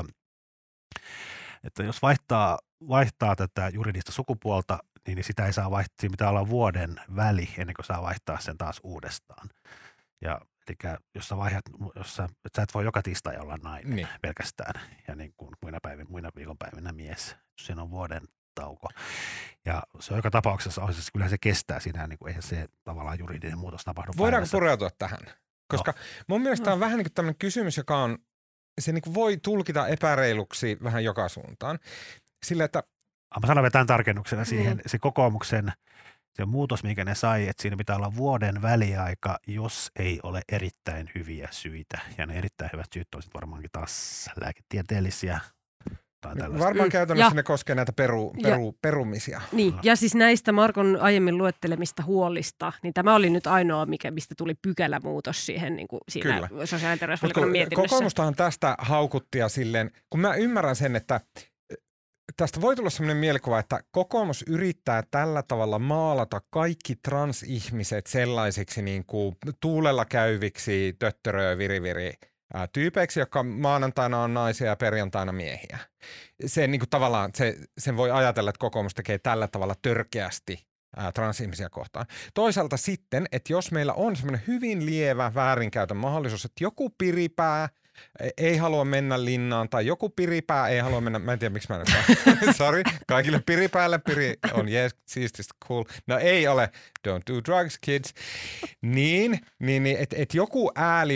että jos vaihtaa, vaihtaa tätä juridista sukupuolta, niin sitä ei saa vaihtaa, siinä pitää olla vuoden väli ennen kuin saa vaihtaa sen taas uudestaan. Ja eli jos sä vaihdat, jos sä, että sä et voi joka tiistai olla nainen niin. pelkästään ja niin kuin muina, päivin, muina viikonpäivinä mies. Siinä on vuoden tauko. Ja se on joka tapauksessa, siis kyllä se kestää siinä, niin kuin eihän se tavallaan juridinen muutos tapahdu. Voidaanko pureutua tähän? Koska no. mun mielestä no. on vähän niin kuin tämmöinen kysymys, joka on, se niin kuin voi tulkita epäreiluksi vähän joka suuntaan. Sillä, että... Mä sanon vielä tämän tarkennuksena siihen, mm. se kokoomuksen se muutos, minkä ne sai, että siinä pitää olla vuoden väliaika, jos ei ole erittäin hyviä syitä. Ja ne erittäin hyvät syyt olisivat varmaankin taas lääketieteellisiä. Varmaan käytännössä mm. ne koskee näitä peru, peru, perumisia. Niin, ja siis näistä Markon aiemmin luettelemista huolista, niin tämä oli nyt ainoa, mikä, mistä tuli pykälämuutos siihen niin kuin siinä sosiaali- ja terveysvaliokunnan mietinnössä. Kokoomustahan tästä haukuttia silleen, kun mä ymmärrän sen, että tästä voi tulla sellainen mielikuva, että kokoomus yrittää tällä tavalla maalata kaikki transihmiset sellaisiksi niin kuin tuulella käyviksi töttöröö viriviri tyypeiksi, jotka maanantaina on naisia ja perjantaina miehiä. Se niin kuin tavallaan, se, sen voi ajatella, että kokoomus tekee tällä tavalla törkeästi ää, transihmisiä kohtaan. Toisaalta sitten, että jos meillä on semmoinen hyvin lievä väärinkäytön mahdollisuus, että joku piripää ei halua mennä linnaan tai joku piripää ei halua mennä, mä en tiedä miksi mä nyt sorry, kaikille piripäälle, piri on yes, siististä, cool. No ei ole, don't do drugs kids. Niin, niin, niin että et joku ääliö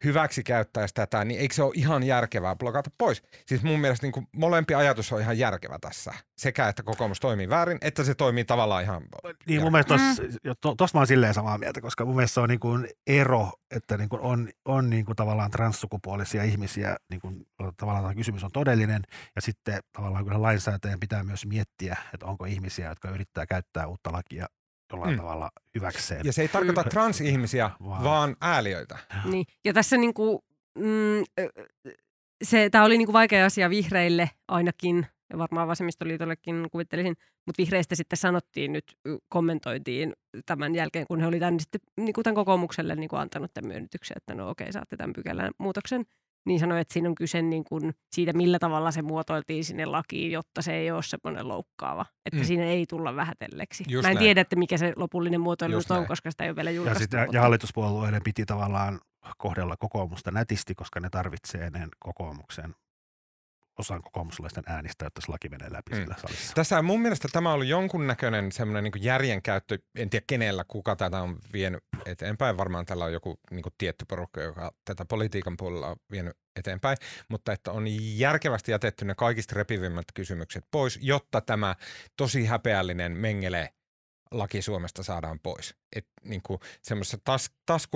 hyväksi käyttäisi tätä, niin eikö se ole ihan järkevää blokata pois? Siis mun mielestä niin kuin molempi ajatus on ihan järkevä tässä. Sekä, että kokoomus toimii väärin, että se toimii tavallaan ihan... Niin mun mielestä tuossa to, tos mä oon silleen samaa mieltä, koska mun mielestä se on niin kuin ero, että niin kuin on, on niin kuin tavallaan transsukupuolisia ihmisiä, niin kuin tavallaan tämä kysymys on todellinen, ja sitten tavallaan kyllä lainsäätäjän pitää myös miettiä, että onko ihmisiä, jotka yrittää käyttää uutta lakia jollain mm. tavalla hyväkseen. Ja se ei tarkoita transihmisiä, vaan, vaan ääliöitä. Niin. Ja tässä niinku, mm, se, tämä oli niinku vaikea asia vihreille ainakin, ja varmaan vasemmistoliitollekin kuvittelisin, mutta vihreistä sitten sanottiin nyt, kommentoitiin tämän jälkeen, kun he oli tämän, sitten, niinku tämän kokoomukselle niinku antanut tämän myönnytyksen, että no okei, saatte tämän pykälän muutoksen. Niin sanoi, että siinä on kyse niin kuin siitä, millä tavalla se muotoiltiin sinne lakiin, jotta se ei ole semmoinen loukkaava. Että mm. siinä ei tulla vähätelleksi. Just Mä en näin. tiedä, että mikä se lopullinen muotoilu on, näin. koska sitä ei ole vielä julkaistu. Ja, sitä, ja hallituspuolueiden piti tavallaan kohdella kokoomusta nätisti, koska ne tarvitsee ennen kokoomuksen osan kokoomuslaisten äänistä, jotta se laki menee läpi mm. sillä salissa. Tässä mun mielestä tämä on ollut jonkunnäköinen semmoinen niin kuin järjenkäyttö, en tiedä kenellä, kuka tätä on vienyt eteenpäin. Varmaan tällä on joku niin kuin tietty porukka, joka tätä politiikan puolella on vienyt eteenpäin, mutta että on järkevästi jätetty ne kaikista repivimmät kysymykset pois, jotta tämä tosi häpeällinen mengele laki Suomesta saadaan pois. Että niin kuin semmoisessa tas,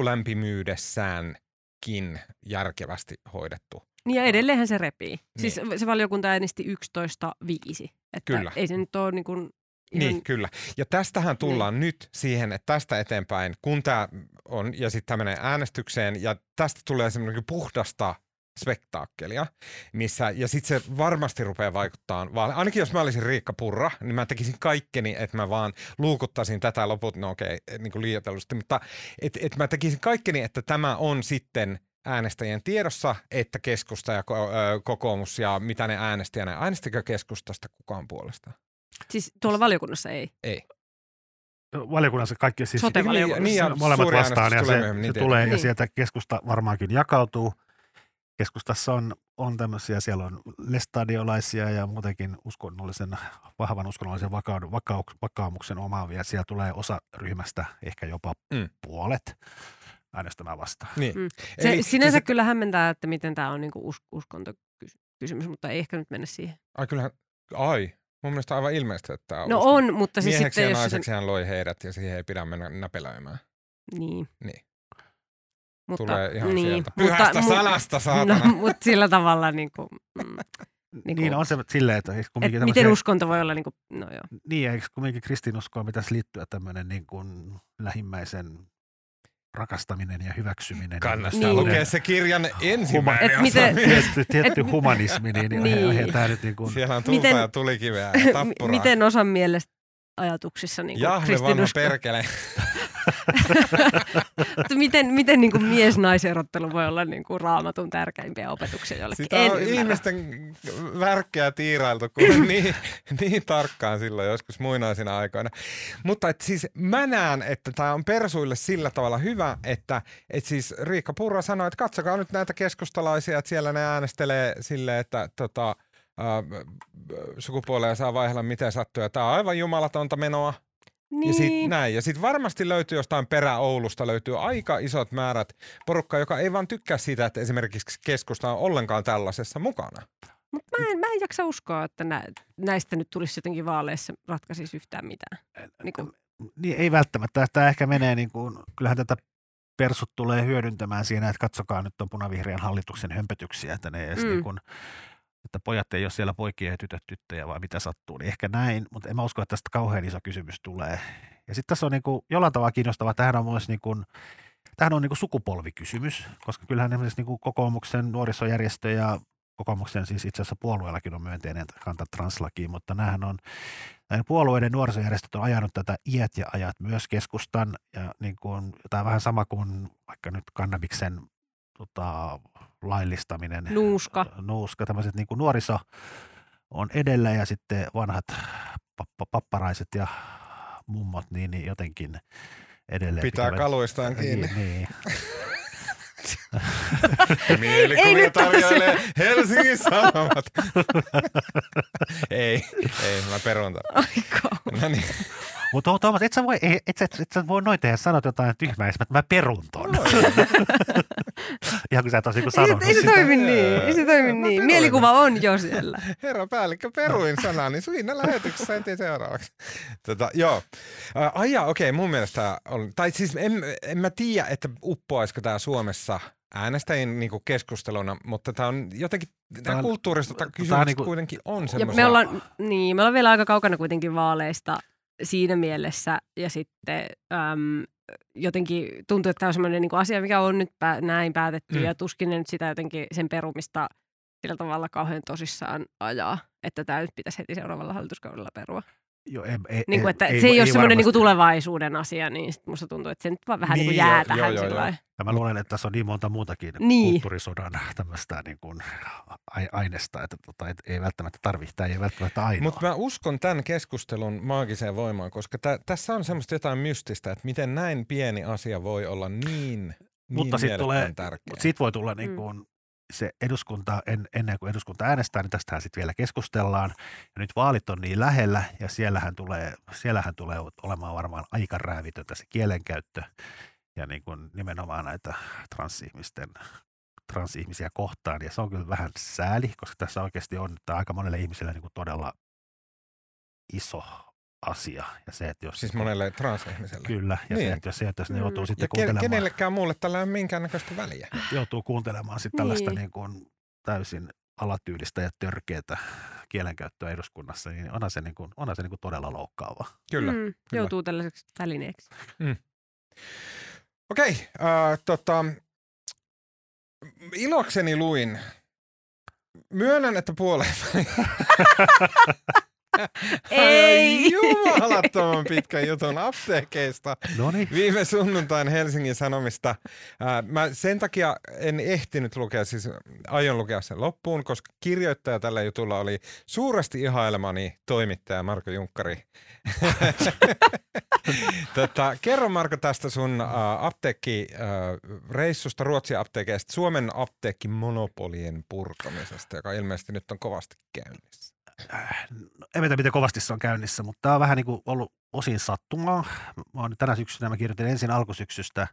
taskulämpimyydessäänkin järkevästi hoidettu. Niin ja edelleenhän se repii. Niin. Siis se valiokunta äänesti yksitoista viisi. Että kyllä. Ei se nyt ole niin kuin ihan... Niin, kyllä. Ja tästähän tullaan niin. nyt siihen, että tästä eteenpäin, kun tämä on, ja sitten tämä menee äänestykseen, ja tästä tulee semmoinen puhdasta spektaakkelia, missä, ja sitten se varmasti rupeaa vaikuttaa, vaan ainakin jos mä olisin Riikka Purra, niin mä tekisin kaikkeni, että mä vaan luukuttaisin tätä loput, no okei, niin kuin liioitellusti, mutta että et mä tekisin kaikkeni, että tämä on sitten äänestäjien tiedossa, että keskusta ja kokoomus ja mitä ne äänesti, ja ne äänestikö keskustasta kukaan puolesta? Siis tuolla valiokunnassa ei? Ei. Valiokunnassa kaikki siis sote-valiokunnassa. Niin, ja molemmat vastaan ja se, niin se tulee niin. ja sieltä keskusta varmaankin jakautuu. Keskustassa on, on tämmöisiä, siellä on lestadiolaisia ja muutenkin uskonnollisen, vahvan uskonnollisen vakaud, vakau, vakaumuksen omaavia. Siellä tulee osa ryhmästä, ehkä jopa mm. puolet äänestämään vastaan. Niin. Mm. Se, Eli, sinänsä se... kyllä hämmentää, että miten tämä on niinku us, uskontokysymys, mutta ei ehkä nyt mennä siihen. Ai kyllähän, ai. Mun mielestä aivan ilmeistä, että tämä on No on, mutta siis mieheksi sitten... ja naiseksi hän loi heidät ja siihen ei pidä mennä näpelöimään. Niin. Niin. Mutta, tulee ihan niin, sieltä. Pyhästä mutta, sanasta, saatana. No, mutta sillä tavalla niin kuin... Mm, niin, niin on se silleen, että... Et tämmöisiä, miten uskonto voi olla niin kuin... No joo. Niin, eikö kumminkin kristinuskoon pitäisi liittyä tämmöinen niin kuin lähimmäisen rakastaminen ja hyväksyminen. Kannattaa niin. lukea se kirjan ensimmäinen Huma- miten, tietty, tietty humanismi, niin, niin, niin. Tämä nyt niin kuin... Siellä on tulta miten, ja tulikiveä ja tappuraa. Miten osan mielestä ajatuksissa niin kuin Jahve vanha perkele. miten miten niin kuin mies-naiserottelu voi olla niin kuin Raamatun tärkeimpiä opetuksia jollekin? Sitä on ymmärrä. Ihmisten värkkejä tiirailtu kuin niin, niin tarkkaan silloin joskus muinaisina aikoina. Mutta et siis mä näen, että tämä on persuille sillä tavalla hyvä, että et siis Riikka Purra sanoi, että katsokaa nyt näitä keskustalaisia, että siellä ne äänestelee silleen, että tota, äh, sukupuoleja saa vaihella miten sattuu. Ja tämä on aivan jumalatonta menoa. Niin. Ja sitten näin. Ja sitten varmasti löytyy jostain perä-Oulusta, löytyy aika isot määrät porukkaa, joka ei vaan tykkää siitä, että esimerkiksi keskusta on ollenkaan tällaisessa mukana. Mutta mä en, mä en jaksa uskoa, että nä, näistä nyt tulisi jotenkin vaaleissa ratkaisisi yhtään mitään. Niin, kuin... niin ei välttämättä. Tämä ehkä menee niin kuin, kyllähän tätä persut tulee hyödyntämään siinä, että katsokaa nyt on punavihreän hallituksen hömpötyksiä, että ne edes mm. niin kuin, että pojat ei ole siellä poikia ja tytöt tyttöjä vai mitä sattuu, niin ehkä näin, mutta en mä usko, että tästä kauhean iso kysymys tulee. Ja sitten tässä on niinku jollain tavalla kiinnostavaa, tämähän on myös niinku, tämähän on niinku sukupolvikysymys, koska kyllähän esimerkiksi niinku kokoomuksen nuorisojärjestö ja kokoomuksen siis itse asiassa puolueellakin on myönteinen kanta translakiin, mutta näähän on, näiden puolueiden nuorisojärjestöt on ajanut tätä iät ja ajat myös keskustan ja niinku, tämä on vähän sama kuin vaikka nyt kannabiksen tota, laillistaminen. Nuuska. Nuuska, tämmöiset niin kuin nuoriso on edellä ja sitten vanhat pappa, papparaiset ja mummot niin, niin jotenkin edelleen. Pitää pitävät, kaluistaan kiinni. Niin, niin. Mielikuvia tarjoilee Helsingin Sanomat. ei, ei, mä perun tämän. No niin. Mutta Tuomas, et sä voi, et, et, et sä voi noin tehdä, sanot jotain tyhmää, että mä perun ton. ihan kuin sä et olisi niin Ei, sanonut se- ei se sitä. toimi niin. Ei se toimi Mä niin. peruin. Mielikuva on jo siellä. Herra päällikkö, peruin sanaa, niin siinä lähetyksessä en tiedä seuraavaksi. Tota, joo. Ä, ai jaa, okei, mun mielestä tää on, tai siis en, en mä tiedä, että uppoaisiko tää Suomessa äänestäjien niinku keskusteluna, mutta tää on jotenkin, Tää tää on- kulttuurista tää kysymykset on niinku- kuitenkin on Ja semmoisia. me ollaan, niin, me ollaan vielä aika kaukana kuitenkin vaaleista siinä mielessä. Ja sitten äm, jotenkin tuntuu, että tämä on semmoinen niin asia, mikä on nyt pää, näin päätetty. Mm. Ja tuskin ne nyt sitä jotenkin sen perumista sillä tavalla kauhean tosissaan ajaa, että tämä nyt pitäisi heti seuraavalla hallituskaudella perua. Joo, ei, ei, Niin kuin, että ei, se ei, ei ole semmoinen niin varmasti. tulevaisuuden asia, niin sit musta tuntuu, että se nyt vaan vähän niin, Niin, niin jää joo, tähän joo, joo, sillä joo. lailla. Ja mä luulen, että tässä on niin monta muutakin Niin. kulttuurisodan tämmöistä niin kuin ai- aineesta, että tota, et ei välttämättä tarvitse, tämä ei välttämättä ainoa. Mutta mä uskon tämän keskustelun maagiseen voimaan, koska tä, tässä on semmoista jotain mystistä, että miten näin pieni asia voi olla niin, niin Mutta sitten tulee, mielettömän tärkeä. mut sit voi tulla Mm. niin kuin se eduskunta, en, ennen kuin eduskunta äänestää, niin tästähän sitten vielä keskustellaan. Ja nyt vaalit on niin lähellä, ja siellähän tulee, siellähän tulee olemaan varmaan aika räävitöntä se kielenkäyttö, ja niin kuin nimenomaan näitä transihmisten, transihmisiä kohtaan. Ja se on kyllä vähän sääli, koska tässä oikeasti on tämä aika monelle ihmiselle niin kuin todella iso asia. Ja se, että jos Siis monelle transihmiselle. Kyllä, ja Niin. se, että jos, se, että jos ne Mm. joutuu sitten Ja ke- kuuntelemaan, kenellekään muulle tällä ei ole minkäännäköistä väliä. joutuu kuuntelemaan sitten tällaista Niin. niin kuin täysin alatyylistä ja törkeätä kielenkäyttöä eduskunnassa, niin onhan se, niin kuin, onhan se niin kuin todella loukkaava. Kyllä. Mm, kyllä. joutuu tällaiseksi välineeksi. Okei, äh, tota, ilokseni luin. Myönnän, että puoleen. Ei! Jumalattoman pitkän jutun apteekeista. No niin, Viime sunnuntain Helsingin Sanomista. Ää, mä sen takia en ehtinyt lukea, siis aion lukea sen loppuun, koska kirjoittaja tällä jutulla oli suuresti ihailemani toimittaja Marko Junkkari. tota, kerro Marko tästä sun ä, apteekkireissusta, Ruotsin apteekeista, Suomen apteekkimonopolien purkamisesta, joka ilmeisesti nyt on kovasti käynnissä. no, en tiedä miten kovasti se on käynnissä, mutta tämä on vähän niin kuin ollut osin sattumaa. Mä oon nyt tänä syksynä, mä kirjoitin ensin alkusyksystä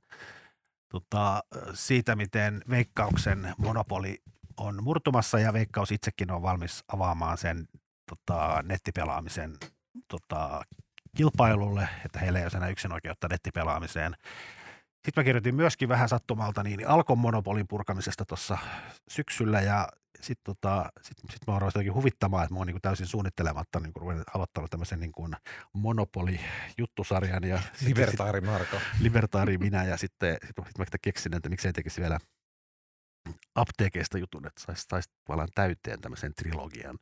tota, siitä, miten Veikkauksen monopoli on murtumassa ja Veikkaus itsekin on valmis avaamaan sen tota, nettipelaamisen tota, kilpailulle, että heillä ei ole enää yksinoikeutta nettipelaamiseen. Sitten mä kirjoitin myöskin vähän sattumalta niin Alkon monopolin purkamisesta tuossa syksyllä ja sitten tota, sit, sit mä oon ruvennut jotenkin huvittamaan, että mä oon niinku täysin suunnittelematta niinku ruvennut aloittanut tämmöisen niinku monopoli-juttusarjan ja sit- Libertaari Marko. libertaari minä ja sitten sit, sit mä keksin, että miksei tekisi vielä apteekeista jutun, että saisi sais tavallaan täyteen tämmöisen trilogian.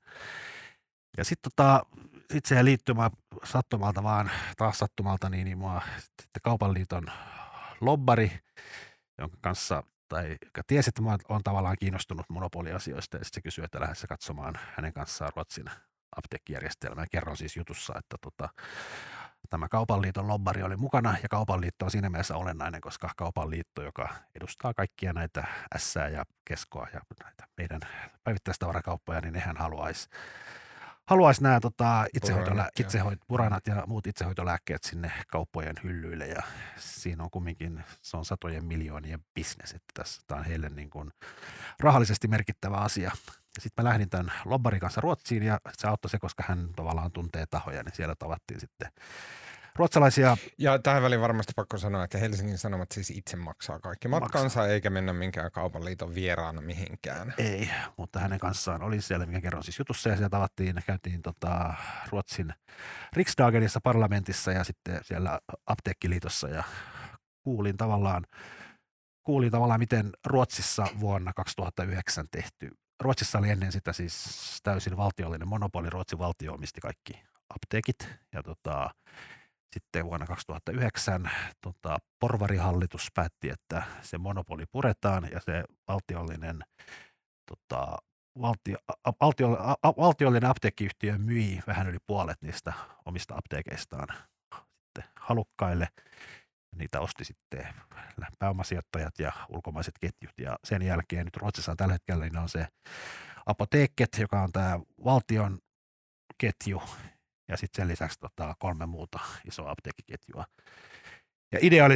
Ja sitten tota, sit siihen liittyy mä sattumalta vaan, taas sattumalta, niin, niin mua sitten Kaupan liiton lobbari, jonka kanssa, tai joka tiesi, että mä oon tavallaan kiinnostunut monopoliasioista, ja sitten se kysyi, että lähdessä katsomaan hänen kanssaan Ruotsin apteekkijärjestelmää. Kerron siis jutussa, että tota, tämä Kaupan liiton lobbari oli mukana, ja Kaupan liitto on siinä mielessä olennainen, koska Kaupan liitto, joka edustaa kaikkia näitä Ässää ja Keskoa ja näitä meidän päivittäistavarakauppoja, niin nehän haluaisi haluaisi nämä tota, itsehoitolä- Puranat ja- itsehoit, puranat ja muut itsehoitolääkkeet sinne kauppojen hyllyille, ja siinä on kumminkin, se on satojen miljoonien bisnes, että tässä tämä on heille niin kuin rahallisesti merkittävä asia. Sitten mä lähdin tämän lobbarin kanssa Ruotsiin, ja se auttoi se, koska hän tavallaan tuntee tahoja, niin siellä tavattiin sitten ruotsalaisia. Ja tähän väliin varmasti pakko sanoa, että Helsingin Sanomat siis itse maksaa kaikki matkansa, eikä mennä minkään Kaupan liiton vieraana mihinkään. Ei, mutta hänen kanssaan oli siellä, mikä kerron siis jutussa, ja siellä tavattiin, käytiin tota, Ruotsin Riksdagenissa parlamentissa ja sitten siellä apteekkiliitossa, ja kuulin tavallaan, kuulin tavallaan, miten Ruotsissa vuonna kaksituhattayhdeksän tehty. Ruotsissa oli ennen sitä siis täysin valtiollinen monopoli, Ruotsin valtio omisti kaikki apteekit, ja tota, sitten vuonna kaksituhattayhdeksän tota, porvarihallitus päätti, että se monopoli puretaan ja se valtiollinen, tota, valtio, a, valtio, a, a, valtiollinen apteekkiyhtiö myi vähän yli puolet niistä omista apteekeistaan sitten halukkaille. Niitä osti sitten pääomasijoittajat ja ulkomaiset ketjut, ja sen jälkeen nyt Ruotsissa on tällä hetkellä niin on se Apoteket, joka on tämä valtion ketju, ja sitten sen lisäksi tota, kolme muuta isoa apteekkiketjua. Ja idea oli sitten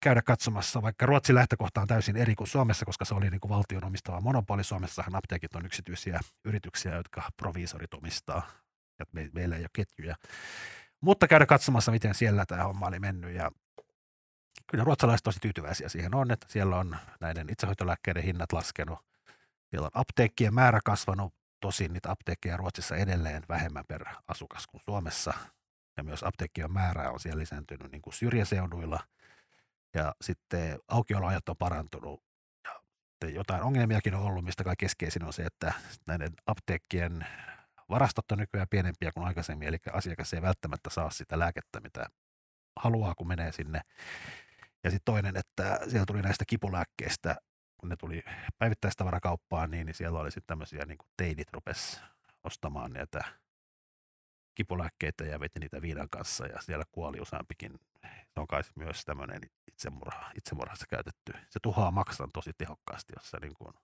käydä katsomassa, vaikka Ruotsin lähtökohta on täysin eri kuin Suomessa, koska se oli niin kuin valtion omistava monopoli. Suomessahan apteekit on yksityisiä yrityksiä, jotka proviisorit omistaa, ja me, meillä ei ole ketjuja. Mutta käydä katsomassa, miten siellä tämä homma oli mennyt, ja kyllä ruotsalaiset tosi tyytyväisiä siihen on, että siellä on näiden itsehoitolääkkeiden hinnat laskenut, siellä on apteekkien määrä kasvanut, tosin niitä apteekkeja Ruotsissa edelleen vähemmän per asukas kuin Suomessa, ja myös apteekkien määrä on siellä lisääntynyt niin kuin syrjäseuduilla, ja sitten aukioloajat on parantunut, ja jotain ongelmiakin on ollut, mistä kai keskeisin on se, että näiden apteekkien varastot on nykyään pienempiä kuin aikaisemmin, eli asiakas ei välttämättä saa sitä lääkettä, mitä haluaa, kun menee sinne. Ja sitten toinen, että siellä tuli näistä kipulääkkeistä, kun ne tuli päivittäistavarakauppaan, niin, niin siellä oli sitten tämmöisiä, niin kuin teinit rupesi ostamaan näitä kipulääkkeitä ja veti niitä viinan kanssa, ja siellä kuoli useampikin. Se on kai myös tämmöinen itsemurha, itsemurhassa käytetty. Se tuhoaa maksan tosi tehokkaasti, jos sä niin kuin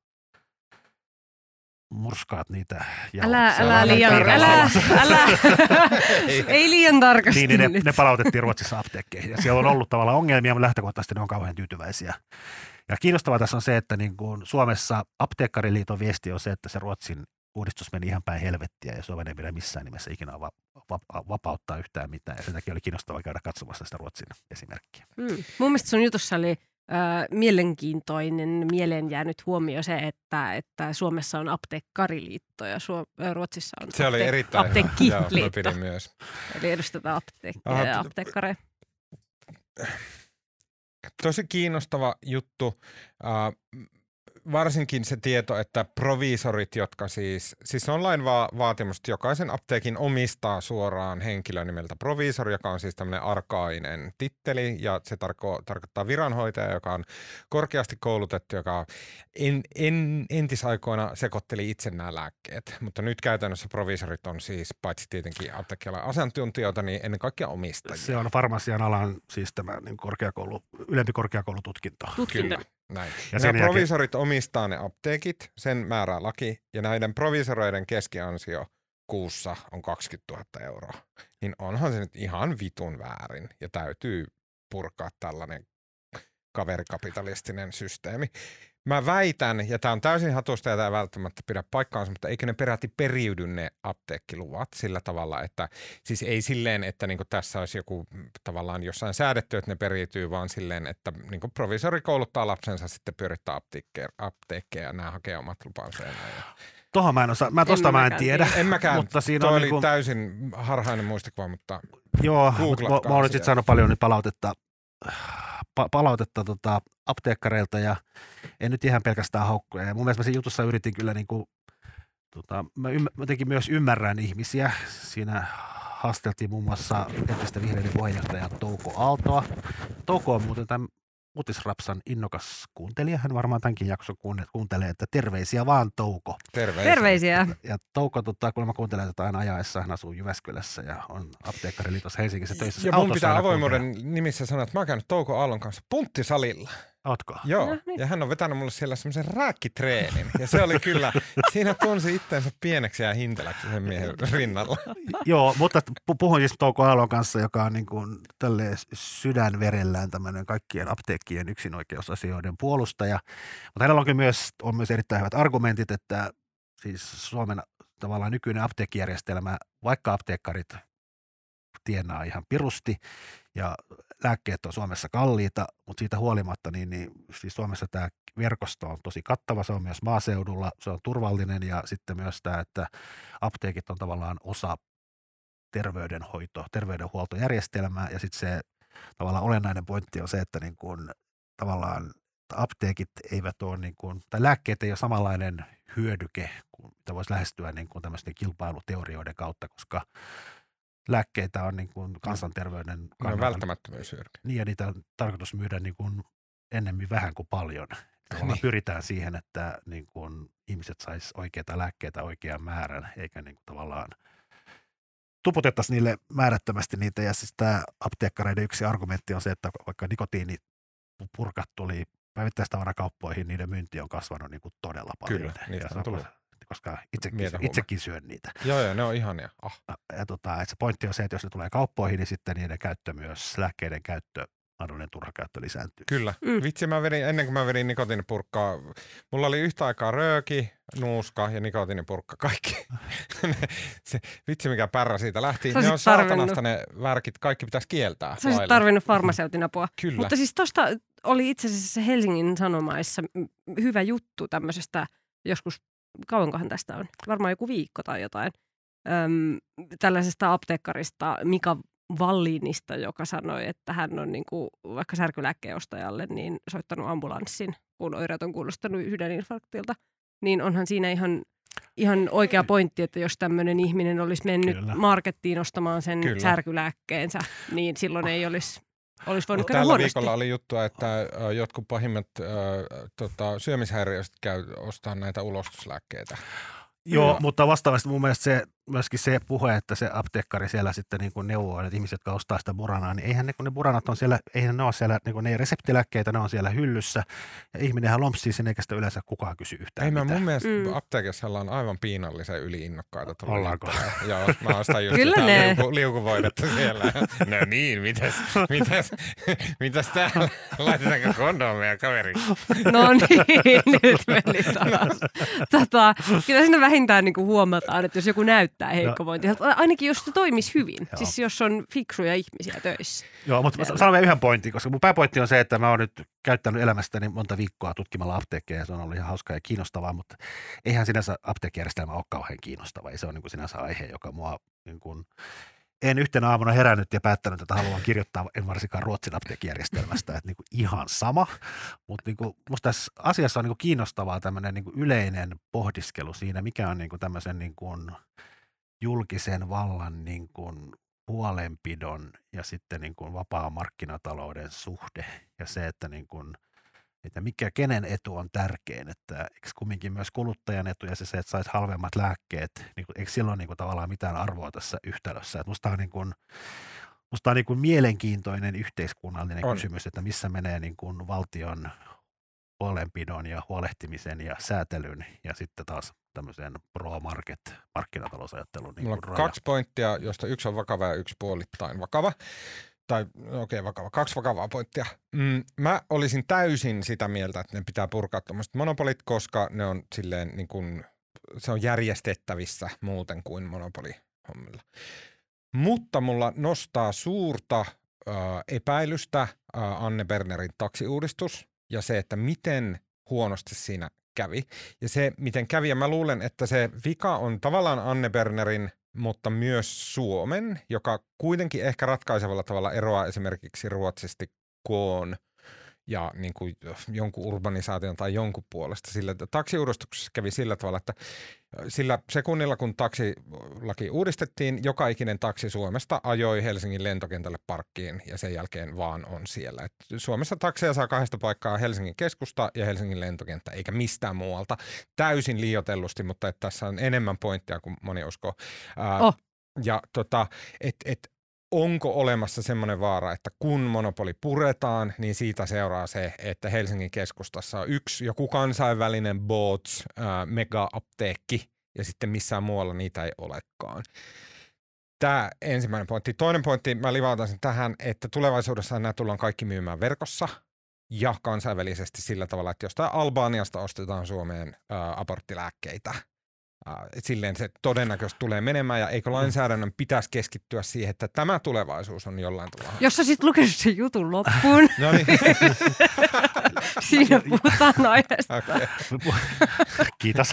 murskaat niitä. Älä, älä liian, älä, älä, ei liian tarkasti niin, niin nyt. ne, ne palautettiin Ruotsissa apteekkeihin, ja siellä on ollut tavallaan ongelmia, mutta lähtökohtaisesti ne on kauhean tyytyväisiä. Ja kiinnostavaa tässä on se, että niin kuin Suomessa Apteekkariliiton viesti on se, että se Ruotsin uudistus meni ihan päin helvettiä, ja Suomen ei pidä missään nimessä ikinä va- va- vapauttaa yhtään mitään, ja sen takia oli kiinnostavaa käydä katsomassa sitä Ruotsin esimerkkiä. Mm. Mun mielestä sun jutussa oli äh, mielenkiintoinen, mieleen jäänyt huomio se, että, että Suomessa on apteekkariliitto ja Suom- Ruotsissa on se apteek- oli erittäin apteekkiliitto. Joo, mä pidin myös. Eli edustetaan apteekkia Aha, ja apteekkareja. Tosi kiinnostava juttu. Uh, varsinkin se tieto, että proviisorit, jotka siis, siis on lain va- vaatimus, että jokaisen apteekin omistaa suoraan henkilö nimeltä proviisori, joka on siis tämmöinen arkainen titteli, ja se tarko- tarkoittaa viranhoitaja, joka on korkeasti koulutettu, joka en, en, entisaikoina sekoitteli itse nämä lääkkeet, mutta nyt käytännössä proviisorit on siis paitsi tietenkin apteekkialan asiantuntijoita, niin ennen kaikkea omistajia. Se on farmasian alan siis tämä niin korkeakoulu, ylempi korkeakoulututkinto. Tutkinto. Kyllä. Näin. Ja Ja sen nämä jälkeen- proviisorit omistaa ne apteekit, sen määrää laki, ja näiden proviisoroiden keskiansio kuussa on kaksikymmentätuhatta euroa. Niin onhan se nyt ihan vitun väärin, ja täytyy purkaa tällainen kaverikapitalistinen systeemi. Mä väitän, ja tämä on täysin hatusta ja tämä ei välttämättä pidä paikkaansa, mutta eikö ne peräti periydy ne apteekkiluvat sillä tavalla, että siis ei silleen, että niinku tässä olisi joku tavallaan jossain säädetty, että ne periytyy, vaan silleen, että niinku proviisori kouluttaa lapsensa sitten pyörittää apteekkeja, apteekkeja ja nämä hakee omat lupansa. Ja Tohon mä en osaa, mä tosta En mä en mäkään tiedä. en mäkään, Mutta siinä toi on oli niinku- täysin harhainen muistikuva, mutta Joo, mutta googlatkaa mä oon nyt sitä. sit saanut paljon nyt palautetta, pa- palautetta tota, apteekkareilta, ja en nyt ihan pelkästään haukkuja. Ja mun mielestä mä siinä jutussa yritin kyllä, niin kuin, tota, mä ymmär, jotenkin myös ymmärrän ihmisiä. Siinä haasteltiin muun muassa entistä vihreiden puheenjohtaja Touko Aaltoa. Touko on muuten tämän Uutisrapsan innokas kuuntelija. Hän varmaan tämänkin jakson kuuntelee, että terveisiä vaan Touko. terveisiä. Terveisiä. Ja Touko, tota, kun mä kuuntelen tätä aina ajaessa, hän asuu Jyväskylässä ja on apteekkariliitossa Helsingissä töissä. Ja mun Autossa pitää aina avoimuuden kuuntelee. nimissä sanoa, että mä oon käynyt Touko Aallon kanssa punttisalilla. Ootko? Joo, No niin. ja hän on vetänyt mulle siellä semmoisen rääkkitreenin. Ja se oli kyllä, siinä tunsi itteensä pieneksi ja hinteläksi sen miehen rinnalla. Joo, mutta pu- puhuin siis Touko Aallon kanssa, joka on niin kuin tälleen sydänverellään tämmöinen kaikkien apteekkien yksinoikeusasioiden puolustaja. Mutta hänellä onkin myös, on myös erittäin hyvät argumentit, että siis Suomen tavallaan nykyinen apteekkijärjestelmä, vaikka apteekkarit tienaa ihan pirusti ja lääkkeet on Suomessa kalliita, mutta siitä huolimatta niin, niin siis Suomessa tämä verkosto on tosi kattava, se on myös maaseudulla, se on turvallinen, ja sitten myös tämä, että apteekit on tavallaan osa terveydenhoito, terveydenhuoltojärjestelmää, ja sitten se tavallaan olennainen pointti on se, että niin kun, tavallaan apteekit eivät ole, niin kun, tai lääkkeet ei ole samanlainen hyödyke, kuin mitä voisi lähestyä niin kun tämmöisten kilpailuteorioiden kautta, koska lääkkeitä on niin kuin kansanterveyden Ne on kannalta. välttämättömyyshyödyke. Niin, ja niitä on tarkoitus myydä niin kuin ennemmin vähän kuin paljon. Tavallaan Niin. pyritään siihen, että niin kuin ihmiset sais oikeita lääkkeitä oikean määrän, eikä niin kuin tavallaan tuputettaisiin niille määrättömästi niitä. Ja siis tämä apteekkareiden yksi argumentti on se, että vaikka nikotiinipurkat tuli päivittäistavarakauppoihin, niiden myynti on kasvanut niin kuin todella paljon. Kyllä, niitä Ja on se tullut. koska itsekin, Mietä huomaa. itsekin syön niitä. Joo, joo, ne on ihania. Ah. Ja tota, että se pointti on se, että jos ne tulee kauppoihin, niin sitten niiden käyttö myös, lääkkeiden käyttö mahdollinen turha käyttö lisääntyy. Kyllä. Mm. Vitsi, mä vedin, ennen kuin mä vedin nikotiinipurkkaa, mulla oli yhtä aikaa rööki, nuuska ja nikotiinipurkka, kaikki. Se, vitsi, mikä pärrä siitä lähti. Ne on saatanasta ne värkit, kaikki pitäisi kieltää. Sä olisit tarvinnut farmaseutin apua. Kyllä. Mutta siis tosta oli itse asiassa Helsingin Sanomaissa hyvä juttu tämmöisestä, joskus, kauankohan tästä on, varmaan joku viikko tai jotain, Öm, tällaisesta apteekkarista Mika Vallinista, joka sanoi, että hän on niin kuin, vaikka särkylääkkeen ostajalle niin soittanut ambulanssin, kun oireet on kuulostanut sydäninfarktilta. Niin onhan siinä ihan, ihan oikea pointti, että jos tämmöinen ihminen olisi mennyt Kyllä. markettiin ostamaan sen Kyllä. särkylääkkeensä, niin silloin ei olisi, olisi voinut käydä Tällä huonosti. viikolla oli juttua, että äh, jotkut pahimmat äh, tota, syömishäiriöistä käy ostaa näitä ulostuslääkkeitä. Joo, ja. mutta vastaavasti mun mielestä se, myöskin se puhe, että se apteekkari siellä sitten niin kuin neuvoo, että ihmiset, jotka ostaa sitä buranaa, niin eihän ne, kun ne buranat on siellä, eihän ne ole siellä, niin kuin ne reseptilääkkeitä, ne on siellä hyllyssä, ja ihminenhän lompsii sen, eikä sitä yleensä kukaan kysy yhtään Ei, mitään. mä mun mielestä mm. apteekissa ollaan aivan piinallisen yli-innokkaita. Ollaanko? Joo, mä ostan just Kyllä ne. liuku, liukuvoidetta siellä. No niin, mitäs, mitäs, mitäs täällä? Laitetaanko kondomeja kaveri? No niin, nyt meni taas. Tota, kyllä siinä vähintään niin kuin huomataan, että jos joku näyttää heikkovointia, ainakin jos se toimisi hyvin, Joo. siis jos on fiksuja ihmisiä töissä. Joo, mutta siellä. Sanon vielä yhden pointin, koska mun pääpointti on se, että mä oon nyt käyttänyt elämästäni monta viikkoa tutkimalla apteekkeja ja se on ollut ihan hauskaa ja kiinnostavaa, mutta eihän sinänsä apteekkijärjestelmä ole kauhean kiinnostava. Ei se ole niin kuin sinänsä aihe, joka mua niin kuin, en yhtenä aamuna herännyt ja päättänyt, että haluan kirjoittaa en varsinkaan Ruotsin apteekkijärjestelmästä, että niin kuin ihan sama, mutta niin kuin, musta tässä asiassa on niin kuin kiinnostavaa tämmöinen niin kuin yleinen pohdiskelu siinä, mikä on niin kuin tämmöisen niin kuin julkisen vallan niin kuin huolenpidon ja sitten niin kuin vapaa markkinatalouden suhde ja se, että, niin kuin, että mikä kenen etu on tärkein, että eikö kumminkin myös kuluttajan etu ja se, se että saisi halvemmat lääkkeet, niin kuin, eikö silloin niin kuin tavallaan mitään arvoa tässä yhtälössä, että musta on niin kuin, musta on niin kuin mielenkiintoinen yhteiskunnallinen on. kysymys, että missä menee niin kuin valtion huolenpidon ja huolehtimisen ja säätelyn ja sitten taas tämmöiseen pro-market markkinatalousajattelun. Niin Mulla on kaksi pointtia, josta yksi on vakava ja yksi puolittain vakava. Tai okei, okay, vakava. Kaksi vakavaa pointtia. Mm, mä olisin täysin sitä mieltä, että ne pitää purkaa tuommoiset monopolit, koska ne on silleen niin kuin, se on järjestettävissä muuten kuin monopolihommilla. Mutta mulla nostaa suurta äh, epäilystä äh, Anne Bernerin taksiuudistus ja se, että miten huonosti siinä kävi. Ja se, miten kävi, ja mä luulen, että se vika on tavallaan Anne Bernerin, mutta myös Suomen, joka kuitenkin ehkä ratkaisevalla tavalla eroaa esimerkiksi Ruotsista koon ja niin kuin jonkun urbanisaation tai jonkun puolesta. Sillä taksiuudistuksessa kävi sillä tavalla, että sillä sekunnilla kun taksilaki uudistettiin, joka ikinen taksi Suomesta ajoi Helsingin lentokentälle parkkiin ja sen jälkeen vaan on siellä. Et Suomessa takseja saa kahdesta paikkaa Helsingin keskusta ja Helsingin lentokenttä, eikä mistään muualta. Täysin liioitellusti, mutta että tässä on enemmän pointtia kuin moni uskoo. Ää, oh. Ja tota, että et, onko olemassa semmoinen vaara, että kun monopoli puretaan, niin siitä seuraa se, että Helsingin keskustassa on yksi joku kansainvälinen Boots äh, mega-apteekki ja sitten missään muualla niitä ei olekaan. Tämä ensimmäinen pointti. Toinen pointti, mä livautan sen tähän, että tulevaisuudessa nämä tullaan kaikki myymään verkossa ja kansainvälisesti sillä tavalla, että jostain Albaniasta ostetaan Suomeen äh, aborttilääkkeitä. Silleen se todennäköisesti tulee menemään ja eikö lainsäädännön pitäisi keskittyä siihen, että tämä tulevaisuus on jollain tavalla. Jos sä sit lukenut sen jutun loppuun. No niin. Siinä puhutaan aiheesta. Okay. Kiitos.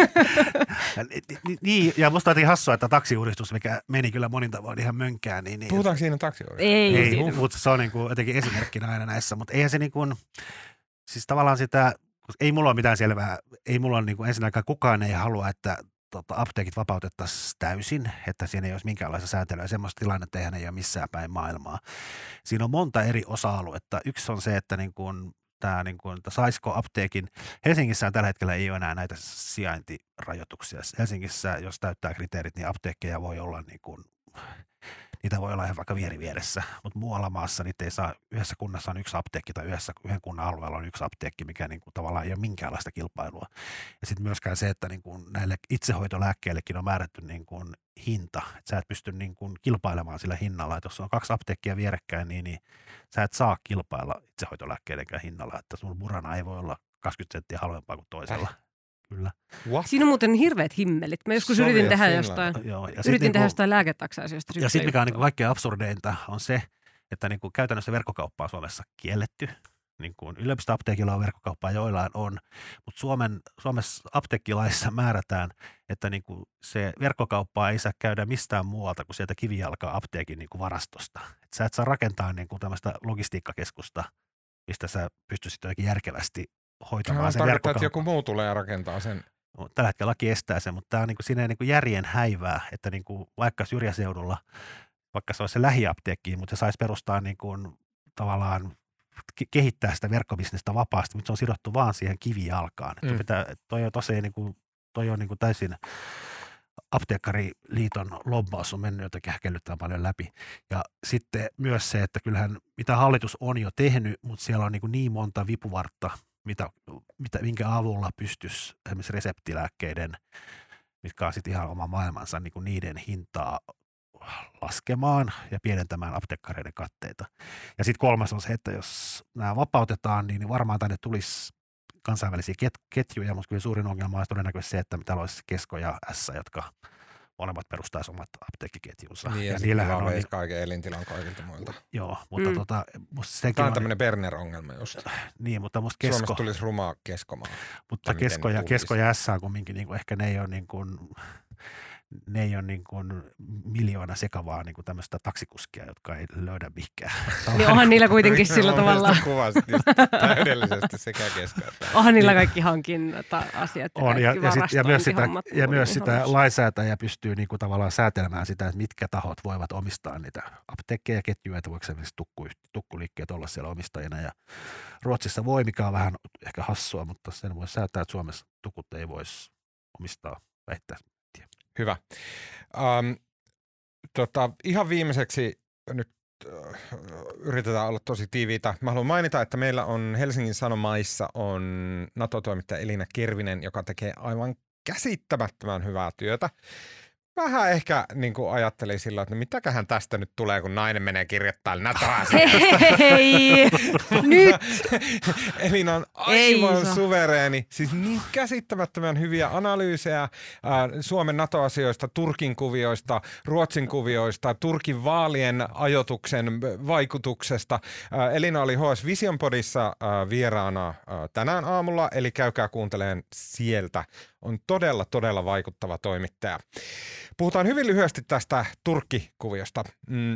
Niin, ja musta on hassua, että taksiuudistus, mikä meni kyllä monin tavoin ihan mönkään. Niin, niin puhutaanko siinä taksiuudistuksesta? Ei. Ei, mutta se on niin kuin, jotenkin esimerkkinä aina näissä, mutta eihän se niin kuin, siis tavallaan sitä, ei mulla ole mitään selvää, ei mulla ole niin kuin ensinnäkään kukaan ei halua, että tota, apteekit vapautettaisiin täysin, että siinä ei olisi minkäänlaista sääntelyä. Semmoista tilannetta eihän ei ole missään päin maailmaa. Siinä on monta eri osa-aluetta. Yksi on se, että niin kuin, tämä, niin kuin, että saisiko apteekin, Helsingissä tällä hetkellä ei ole enää näitä sijaintirajoituksia. Helsingissä, jos täyttää kriteerit, niin apteekkeja voi olla niin kuin niitä voi olla ihan vaikka vieri vieressä, mutta muualla maassa niitä ei saa, yhdessä kunnassa on yksi apteekki tai yhdessä, yhden kunnan alueella on yksi apteekki, mikä niin kuin tavallaan ei ole minkäänlaista kilpailua. Ja sitten myöskään se, että niin kuin näille itsehoitolääkkeillekin on määrätty niin kuin hinta, että sä et pysty niin kuin kilpailemaan sillä hinnalla, että jos on kaksi apteekkia vierekkäin, niin, niin sä et saa kilpailla itsehoitolääkkeidenkään hinnalla, että sun Burana ei voi olla kaksikymmentä senttiä halvempaa kuin toisella. Äh. Kyllä. What? Siinä on muuten hirveät himmelit. Mä joskus Sovia yritin tehdä Finland. jostain, Joo, ja yritin sit tehdä niinku, jostain lääketaksa-asioista. ja sitten mikä on niinku kaikkein absurdeinta on se, että niinku käytännössä verkkokauppa on Suomessa kielletty. Niin kuin yliopistoapteekilla on verkkokauppaa, joillain on, mutta Suomen, Suomessa apteekkilaissa määrätään, että niin kuin se verkkokauppaa ei saa käydä mistään muualta kuin sieltä kivijalka-apteekin niin kuin varastosta. Et sä et saa rakentaa niin kuin tämmöistä logistiikkakeskusta, mistä sä pystyisit jotenkin järkevästi hoitamaan Hän sen tarkoittaa, verkkokaupan. että joku muu tulee ja rakentaa sen. No, tällä hetkellä laki estää sen, mutta tämä on niin kuin, siinä ei niin kuin järjen häivää, että niin kuin vaikka syrjäseudulla, vaikka se olisi se lähiapteekki, mutta se saisi perustaa niin kuin, tavallaan kehittää sitä verkkobisnestä vapaasti, mutta se on sidottu vaan siihen kivijalkaan. Mm. Pitää, toi on tosiaan niin kuin, toi on niin kuin täysin apteekkariliiton lobbaus on mennyt jotenkin häkellyttää paljon läpi. Ja sitten myös se, että kyllähän mitä hallitus on jo tehnyt, mutta siellä on niin, kuin niin monta vipuvartta, mitä, mitä, minkä avulla pystyisi esimerkiksi reseptilääkkeiden, mitkä on sitten ihan oma maailmansa, niin kuin niiden hintaa laskemaan ja pienentämään apteekkareiden katteita. Ja sitten kolmas on se, että jos nämä vapautetaan, niin varmaan tänne tulisi kansainvälisiä ket- ketjuja, mutta kyllä suurin ongelma olisi todennäköisesti se, että täällä olisi Kesko ja S, jotka molemmat perustaisivat omat apteekkiketjunsa. Niin, ja, ja niillähän on veisi kaiken elintilan kaikilta muilta. Joo, mutta mm. tota, musta sekin Tämä on on tämmöinen Berner-ongelma just. Niin, mutta musta Kesko, Suomessa tulisi rumaa Keskomaa. mutta Kesko ja, Kesko ja S on kumminkin, niin kuin, ehkä ne ei ole niin kuin, ne ei ole niin kuin miljoona sekavaa niin kuin tämmöistä taksikuskia, jotka ei löydä mihinkään. Niin onhan niillä kuitenkin sillä tavalla. Kuvasit just täydellisesti sekä Kesko. Onhan niillä kaikki hankinta-asiat ja on, ja, ja, sit, ja myös sitä, ja myös sitä halussa. lainsäätäjä pystyy niin kuin tavallaan säätelemään sitä, että mitkä tahot voivat omistaa niitä apteekkeja ja ketjuja, että voiko esimerkiksi tukku, tukkuliikkeet olla siellä omistajina. Ja Ruotsissa voi, mikä on vähän ehkä hassua, mutta sen voi säätää, että Suomessa tukut ei voisi omistaa vähittäismyyntiä. Hyvä. Um, tota, ihan viimeiseksi nyt uh, yritetään olla tosi tiiviitä. Mä haluan mainita, että meillä on Helsingin Sanomaissa on NATO-toimittaja Elina Kervinen, joka tekee aivan käsittämättömän hyvää työtä. Vähän ehkä niin kuin ajattelin sillä, että no mitäköhän tästä nyt tulee, kun nainen menee kirjoittamaan NATO-asioista. Hei, nyt! Elina on aivan suvereeni, siis niin käsittämättömän hyviä analyysejä äh, Suomen NATO-asioista, Turkin kuvioista, Ruotsin kuvioista, Turkin vaalien ajoituksen vaikutuksesta. Äh, Elina oli H S Vision Podissa äh, vieraana äh, tänään aamulla, eli käykää kuuntelemaan sieltä. On todella, todella vaikuttava toimittaja. Puhutaan hyvin lyhyesti tästä Turkki-kuviosta. Mm.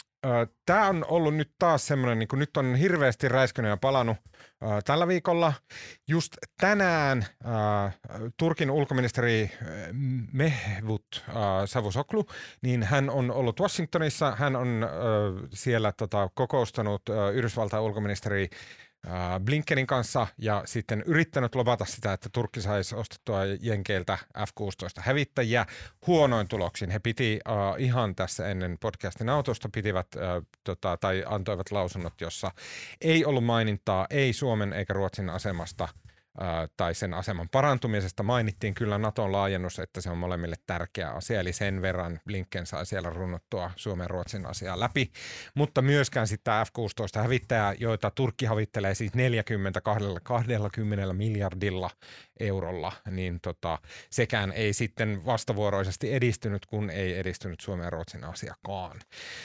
Tämä on ollut nyt taas semmoinen, niin kuin nyt on hirveästi räiskynyt ja palannut äh, tällä viikolla. Just tänään äh, Turkin ulkoministeri äh, Mehmet äh, Çavuşoğlu, niin hän on ollut Washingtonissa. Hän on äh, siellä tota, kokoustanut äh, Yhdysvaltain ulkoministeri Blinkenin kanssa ja sitten yrittänyt lobata sitä, että Turkki saisi ostettua Jenkeiltä F kuusitoista hävittäjiä huonoin tuloksin. He piti uh, ihan tässä ennen podcastin autosta pitivät uh, tota, tai antoivat lausunnot, jossa ei ollut mainintaa ei Suomen eikä Ruotsin asemasta uh, tai sen aseman parantumisesta. Mainittiin kyllä Naton laajennus, että se on molemmille tärkeä asia, eli sen verran Blinken sai siellä runnottua Suomen ja Ruotsin asiaa läpi, mutta myöskään sitten F kuusitoista hävittäjää, joita Turkki havittelee siis neljäkymmentä kaksikymmentä miljardilla eurolla, niin tota, sekään ei sitten vastavuoroisesti edistynyt, kun ei edistynyt Suomen ja Ruotsin asiakaan.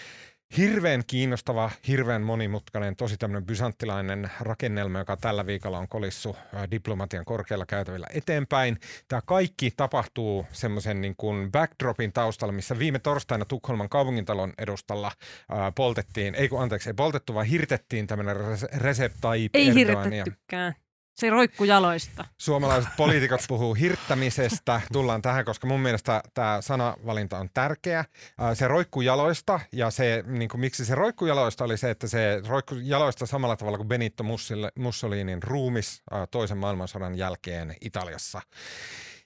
Hirveän kiinnostava, hirveän monimutkainen, tosi tämmöinen bysanttilainen rakennelma, joka tällä viikolla on kolissu diplomatian korkealla käytävillä eteenpäin. Tämä kaikki tapahtuu semmoisen niin kuin backdropin taustalla, missä viime torstaina Tukholman kaupungintalon edustalla ää, poltettiin, ei kun anteeksi, ei poltettu, vaan hirtettiin tämmöinen Recep Tayyip Ei Erdoğan. hirtettykään. Se roikku jaloista. Suomalaiset poliitikot puhuu hirttämisestä. Tullaan tähän, koska mun mielestä tämä sanavalinta on tärkeä. Se roikkuu jaloista ja se, niin kuin, miksi se roikkuu jaloista oli se, että se roikkuu jaloista samalla tavalla kuin Benito Mussolinin ruumis toisen maailmansodan jälkeen Italiassa.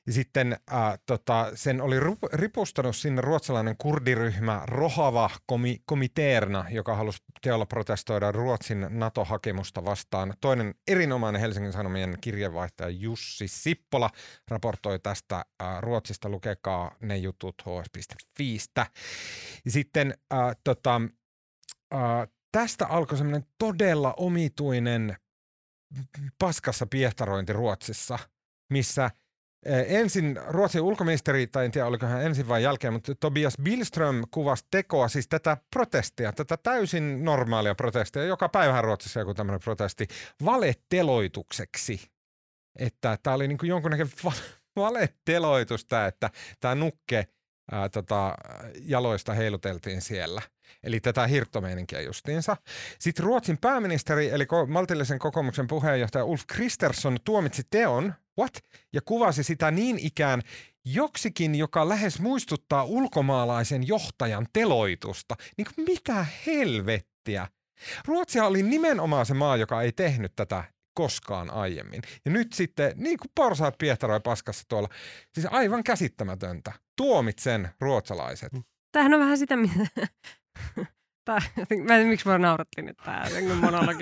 Ja sitten äh, tota, sen oli rup- ripustanut sinne ruotsalainen kurdiryhmä Rohava komi- Komiteerna, joka halusi teolla protestoida Ruotsin NATO-hakemusta vastaan. Toinen erinomainen Helsingin Sanomien kirjeenvaihtaja Jussi Sippola raportoi tästä äh, Ruotsista. Lukekaa ne jutut h s piste f i:stä. Ja sitten äh, tota, äh, tästä alkoi semmoinen todella omituinen paskassa piehtarointi Ruotsissa, missä ensin Ruotsin ulkoministeri, tai en tiedä oliko hän ensin vai jälkeen, mutta Tobias Billström kuvasi tekoa, siis tätä protestia, tätä täysin normaalia protestia, joka päivähän Ruotsissa joku tämmöinen protesti, valeteloitukseksi. Että tämä oli niin kuin jonkunnäköinen valeteloitus tämä, että tämä nukke ää, tota, jaloista heiluteltiin siellä. Eli tätä hirttomeininkiä justiinsa. Sitten Ruotsin pääministeri, eli maltillisen kokoomuksen puheenjohtaja Ulf Kristersson tuomitsi teon, what? Ja kuvasi sitä niin ikään joksikin, joka lähes muistuttaa ulkomaalaisen johtajan teloitusta. Niin kuin mitä helvettiä? Ruotsia oli nimenomaan se maa, joka ei tehnyt tätä koskaan aiemmin. Ja nyt sitten, niin kuin porsaat piehtaroi paskassa tuolla, siis aivan käsittämätöntä. Tuomitsen ruotsalaiset. Tämähän on vähän sitä, mitä... Tää, mä en tiedä, miksi mä naurattiin nyt tää monologi.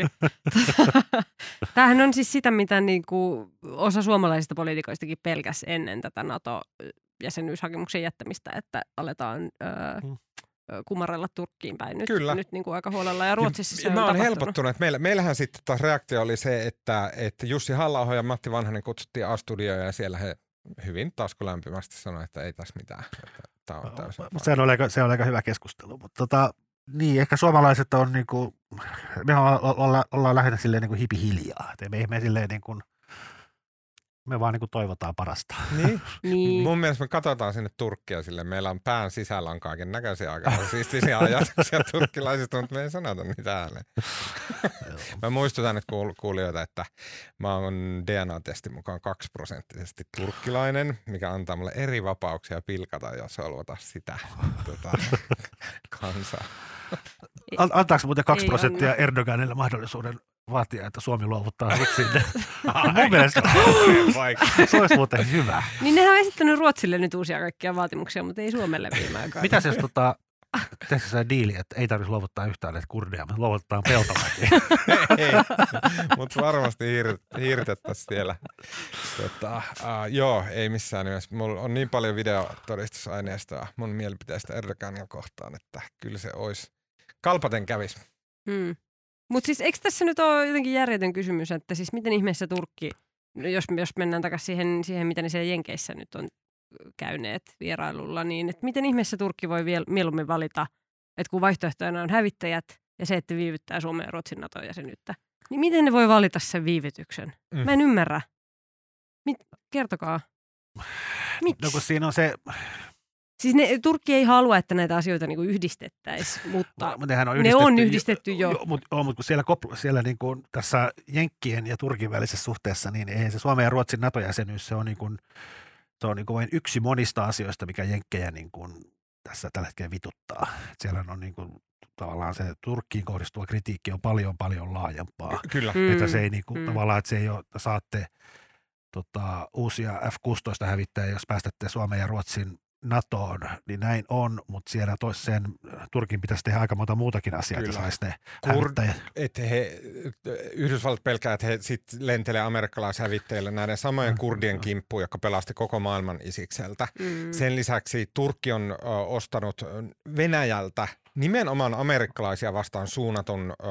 Tämähän on siis sitä, mitä niinku osa suomalaisista poliitikoistakin pelkäsi ennen tätä NATO-jäsenyyshakemuksen jättämistä, että aletaan öö, kumarella Turkkiin päin nyt, Kyllä. nyt niinku aika huolella. Ja Ruotsissa se on mä oon tapahtunut. helpottunut, että meillä, meillähän sitten taas reaktio oli se, että, että Jussi Halla-aho ja Matti Vanhanen kutsuttiin A-studioon ja siellä he hyvin taskulämpimästi sanoivat, että ei tässä mitään. Tämä on täysin no, se, on aika, se on aika hyvä keskustelu, mutta tota, niin, ehkä suomalaiset on niinku, me olla, ollaan lähinnä silleen niinku hipihiljaa, että me, me silleen niinku, me vaan niinku toivotaan parasta. Niin? Niin. Mun mielestä me katsotaan sinne Turkkia silleen, meillä on pään sisällä on kaiken näköisiä aika siistisiä ajatuksia turkkilaisista, mutta me ei sanota niitä ääneen. Mä muistutan nyt kuulijoita, että mä oon D N A-testin mukaan kaksi prosenttisesti turkkilainen, mikä antaa mulle eri vapauksia pilkata ja solvata sitä tota, kansaa. An- antaako muuten kaksi Ei prosenttia anna. Erdoganille mahdollisuuden vaatia, että Suomi luovuttaa Ruotsille? Mun mielestä se olisi muuten hyvä. Niin nehän on esittänyt Ruotsille nyt uusia kaikkia vaatimuksia, mutta ei Suomelle viime aikoina. Mitäs jos tota, tehtäisiin se diili, että ei tarvitsisi luovuttaa yhtään näitä kurdeja, mutta luovutetaan Peltomäkiä? Ei, mutta varmasti hiir- hiirtettäisiin siellä. Tota, uh, joo, ei missään nimessä. Mulla on niin paljon videotodistusaineistoa mun mielipiteistä Erdogania kohtaan, että kyllä se olisi kalpaten kävis. Hmm. Mutta siis eikö tässä nyt ole jotenkin järjetön kysymys, että siis miten ihmeessä Turkki, jos, jos mennään takaisin siihen, siihen, mitä ne siellä Jenkeissä nyt on käyneet vierailulla, niin että miten ihmeessä Turkki voi viel, mieluummin valita, että kun vaihtoehtoina on hävittäjät ja se, että viivyttää Suomen ja Ruotsin NATO-jäsenyyttä, niin miten ne voi valita sen viivytyksen? Mm. Mä en ymmärrä. Mit, kertokaa. Miksi? No kun siinä on se... Siis ne, Turkki ei halua, että näitä asioita niinku yhdistettäisiin, mutta no, on ne on yhdistetty jo. jo mutta mut kun siellä, siellä niin kuin tässä Jenkkien ja Turkin välisessä suhteessa, niin ei se Suomen ja Ruotsin NATO-jäsenyys, se on, niin kuin, se on niin kuin vain yksi monista asioista, mikä Jenkkejä niin kuin tässä tällä hetkellä vituttaa. Et siellä on niin kuin, tavallaan se Turkkiin kohdistuva kritiikki on paljon paljon laajempaa. Kyllä. Mm. Että se ei niin kuin, Mm. tavallaan, että se ei ole, että saatte tota, uusia F kuusitoista hävittäjiä, jos päästätte Suomen ja Ruotsin NATOon, niin näin on, mutta siellä toisen Turkin pitäisi tehdä aika monta muutakin asiaa, että saisi ne hävittäjät. Että he, Yhdysvallat pelkää, että he sitten lentelee amerikkalaishävittäjille näiden samojen kurdien kimppuun, jotka pelasti koko maailman Isikseltä. Mm. Sen lisäksi Turkki on ö, ostanut Venäjältä nimenomaan amerikkalaisia vastaan suunnatun ö,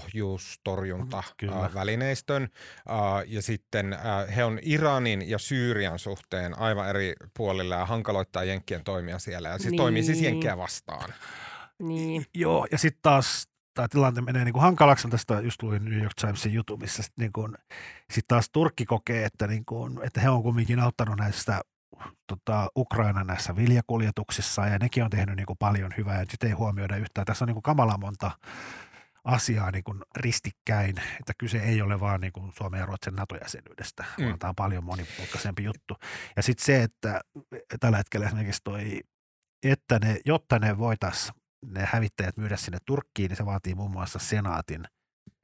ohjustorjuntavälineistön. Ö, ja sitten ö, he on Iranin ja Syyrian suhteen aivan eri puolilla ja hankaloittaa Jenkkien toimia siellä. Ja se Niin. toimii siis Jenkkiä vastaan. Niin. Joo, ja sitten taas tämä tilanne menee niin kuin hankalaksi. Tästä just luin New York Timesin jutun, missä sitten niin kuin, sit taas Turkki kokee, että, niin kuin, että he on kumminkin auttanut näistä tota, Ukraina näissä viljakuljetuksissa ja nekin on tehnyt niin kuin paljon hyvää ja sitä ei huomioida yhtään. Tässä on niin kuin kamalan monta asiaa niin kuin ristikkäin, että kyse ei ole vaan niin kuin Suomen ja Ruotsin NATO-jäsenyydestä, mm. vaan tämä on paljon monimutkaisempi juttu. Ja sitten se, että tällä hetkellä esimerkiksi toi, että ne, jotta ne voitaisiin ne hävittäjät myydä sinne Turkkiin, niin se vaatii muun muassa senaatin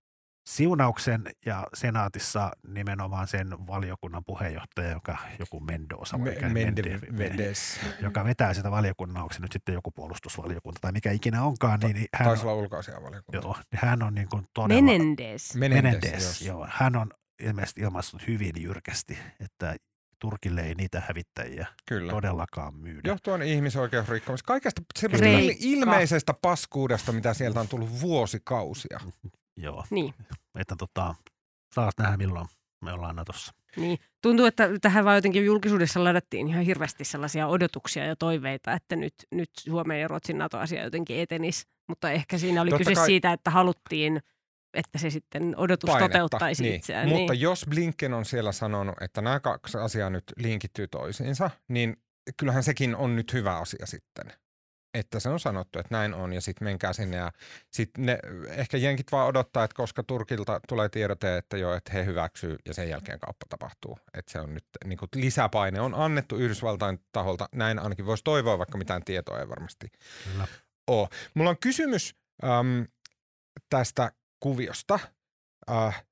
siunauksen ja senaatissa nimenomaan sen valiokunnan puheenjohtaja, joka joku Mendoza, Me, mikä, Mendeves, joka vetää sitä valiokunnan, onko se nyt sitten joku puolustusvaliokunta tai mikä ikinä onkaan. Niin, niin hän taisi on, olla ulkoasiainvaliokunta. Joo, niin hän on niin kuin todella... Menendez. Menendez, Menendez, joo. Hän on ilmeisesti ilmaissut hyvin jyrkästi, että Turkille ei niitä hävittäjiä Kyllä. todellakaan myydä. Johtuen ihmisoikeusrikkomuksesta, kaikesta semmoista Kreikka. ilmeisestä paskuudesta, mitä sieltä on tullut vuosikausia. Joo, Niin. että tota, saas nähdä milloin me ollaan Natossa. Niin. Tuntuu, että tähän vaan jotenkin julkisuudessa ladattiin ihan hirveästi sellaisia odotuksia ja toiveita, että nyt, nyt Suomen ja Ruotsin NATO-asia jotenkin etenisi. Mutta ehkä siinä oli Totta kyse kai... siitä, että haluttiin, että se sitten odotus Painetta, toteuttaisi niin. itseään. Mutta niin. jos Blinken on siellä sanonut, että nämä kaksi asiaa nyt linkittyy toisiinsa, niin kyllähän sekin on nyt hyvä asia sitten. Että se on sanottu, että näin on ja sitten menkää sinne ja sitten ne, ehkä jenkit vaan odottaa, että koska Turkilta tulee tiedote, että joo, että he hyväksyy ja sen jälkeen kauppa tapahtuu. Että se on nyt niin kuin lisäpaine on annettu Yhdysvaltain taholta, näin ainakin voisi toivoa, vaikka mitään tietoa ei varmasti Kyllä. ole. Mulla on kysymys äm, tästä kuviosta. Äh,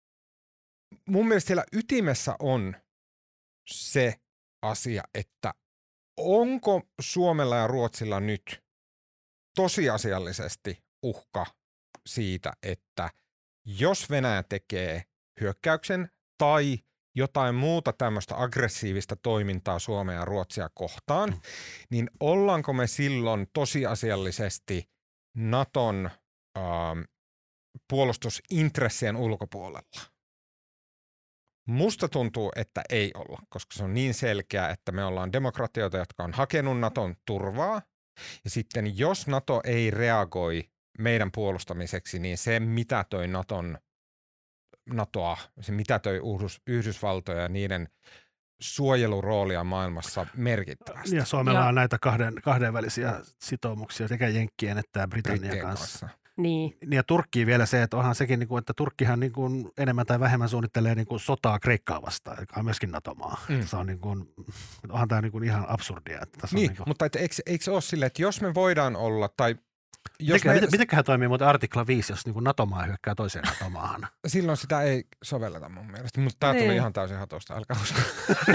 mun mielestä siellä ytimessä on se asia, että onko Suomella ja Ruotsilla nyt tosiasiallisesti uhka siitä, että jos Venäjä tekee hyökkäyksen tai jotain muuta tämmöistä aggressiivista toimintaa Suomea ja Ruotsia kohtaan, mm. niin ollaanko me silloin tosiasiallisesti Naton ähm, puolustusintressien ulkopuolella? Musta tuntuu, että ei olla, koska se on niin selkeä, että me ollaan demokratioita, jotka on hakenut Naton turvaa. Ja sitten jos Nato ei reagoi meidän puolustamiseksi, niin se mitätöi Naton, Natoa, se mitätöi Yhdysvaltoja ja niiden suojeluroolia maailmassa merkittävästi. Ja Suomella ja. on näitä kahden, kahdenvälisiä sitoumuksia sekä Jenkkien että Britannian Brittien kanssa. kanssa. Niin. Ja Turkkiin vielä se, että onhan sekin, että Turkkihan niin kuin enemmän tai vähemmän suunnittelee niin kuin sotaa Kreikkaa vastaan, joka on myöskin NATO-maa. Mm. Se on niin kuin, onhan tämä niin kuin ihan absurdia. Että tässä niin, on niin kuin... mutta et, eikö, eikö se ole silleen, että jos me voidaan olla, tai jos Mitenköhän, me... miten, mitenköhän toimii muuten artikla viisi, jos niin kuin NATO-maa hyökkää toiseen NATO-maahan? Silloin sitä ei sovelleta mun mielestä, mutta tämä niin. tuli ihan täysin hatosta, älkää uskoa.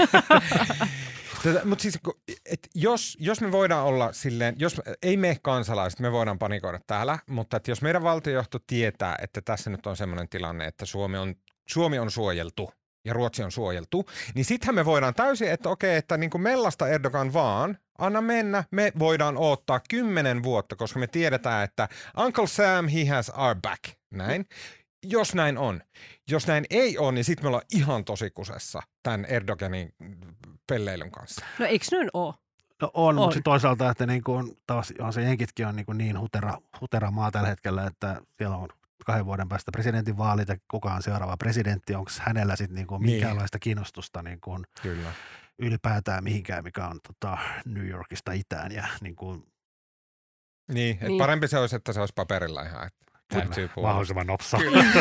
Mutta siis, et jos, jos me voidaan olla silleen, jos ei me kansalaiset, me voidaan panikoida täällä, mutta että jos meidän valtiojohto tietää, että tässä nyt on sellainen tilanne, että Suomi on, Suomi on suojeltu ja Ruotsi on suojeltu, niin sittenhän me voidaan täysin, että okei, että niin kuin mellasta Erdogan vaan, anna mennä, me voidaan odottaa kymmenen vuotta, koska me tiedetään, että Uncle Sam, he has our back, näin. Jos näin on. Jos näin ei ole, niin sitten me ollaan ihan tosi kusessa tämän Erdoganin pelleilyn kanssa. No eikö noin ole? No on, on. mutta toisaalta, että niin kuin, taas, on se Jenkitkin on niin, kuin niin hutera, hutera maa tällä hetkellä, että siellä on kahden vuoden päästä presidentinvaalit ja kuka on seuraava presidentti, onko hänellä sitten niin kuin minkäänlaista kiinnostusta niin kuin Kyllä. ylipäätään mihinkään, mikä on tota, New Yorkista itään ja niin kuin... Niin, että niin. Parempi se olisi, että se olisi paperilla ihan, että täytyy puhua. Mahdollisimman nopsaa.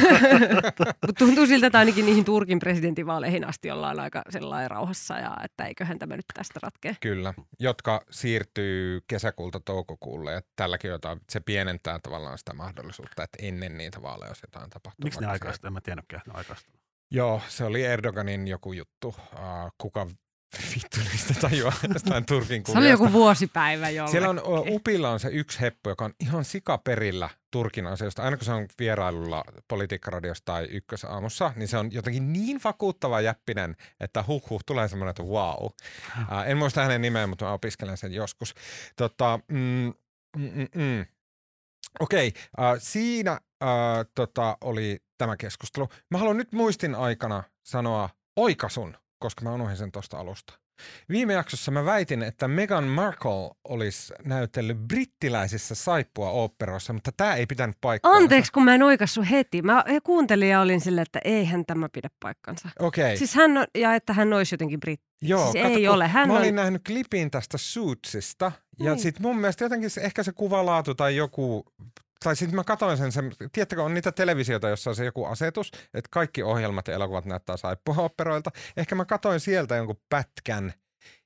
Tuntuu siltä, että ainakin niihin Turkin presidentinvaaleihin asti ollaan aika sellainen rauhassa ja että eiköhän tämä nyt tästä ratkea. Kyllä, jotka siirtyy kesäkuulta toukokuulle ja tälläkin jotain, se pienentää tavallaan sitä mahdollisuutta, että ennen niitä vaaleja olisi jotain tapahtunut. Miksi ne aikaista? En mä tiennytkään, ne aikaista. Joo, se oli Erdoganin joku juttu. Uh, kuka vittu niistä tajuaa jostain Turkin kuviosta. Se oli joku vuosipäivä jollekin. Siellä on, Upilla on se yksi heppu, joka on ihan sikaperillä Turkin asioista. Aina kun se on vierailulla Politiikkaradiossa tai Ykkösaamussa, niin se on jotenkin niin vakuuttava jäppinen, että huh huh, tulee semmoinen, että wow. Uh, en muista hänen nimeä, mutta mä opiskelen sen joskus. Tota, mm, mm, mm, mm. Okei, okay, uh, siinä uh, tota, oli tämä keskustelu. Mä haluan nyt muistin aikana sanoa oikaisun, koska mä unohdin sen tuosta alusta. Viime jaksossa mä väitin, että Meghan Markle olisi näytellyt brittiläisissä saippua-oopperoissa, mutta tämä ei pitänyt paikkaansa. Anteeksi, kun mä en oikaissut heti. Mä kuuntelin ja olin silleen, että eihän tämä pidä paikkansa. Okei. Okay. Siis hän on, ja että hän olisi jotenkin britti. Joo, siis kato, ei ole. Hän mä on... olin nähnyt klipin tästä Suitsista, ja niin. sitten mun mielestä jotenkin se, ehkä se kuvalaatu tai joku... Tai sitten mä katsoin sen, sen, tiedättekö, on niitä televisioita, jossa on se joku asetus, että kaikki ohjelmat ja elokuvat näyttää saippua-oopperoilta. Ehkä mä katsoin sieltä jonkun pätkän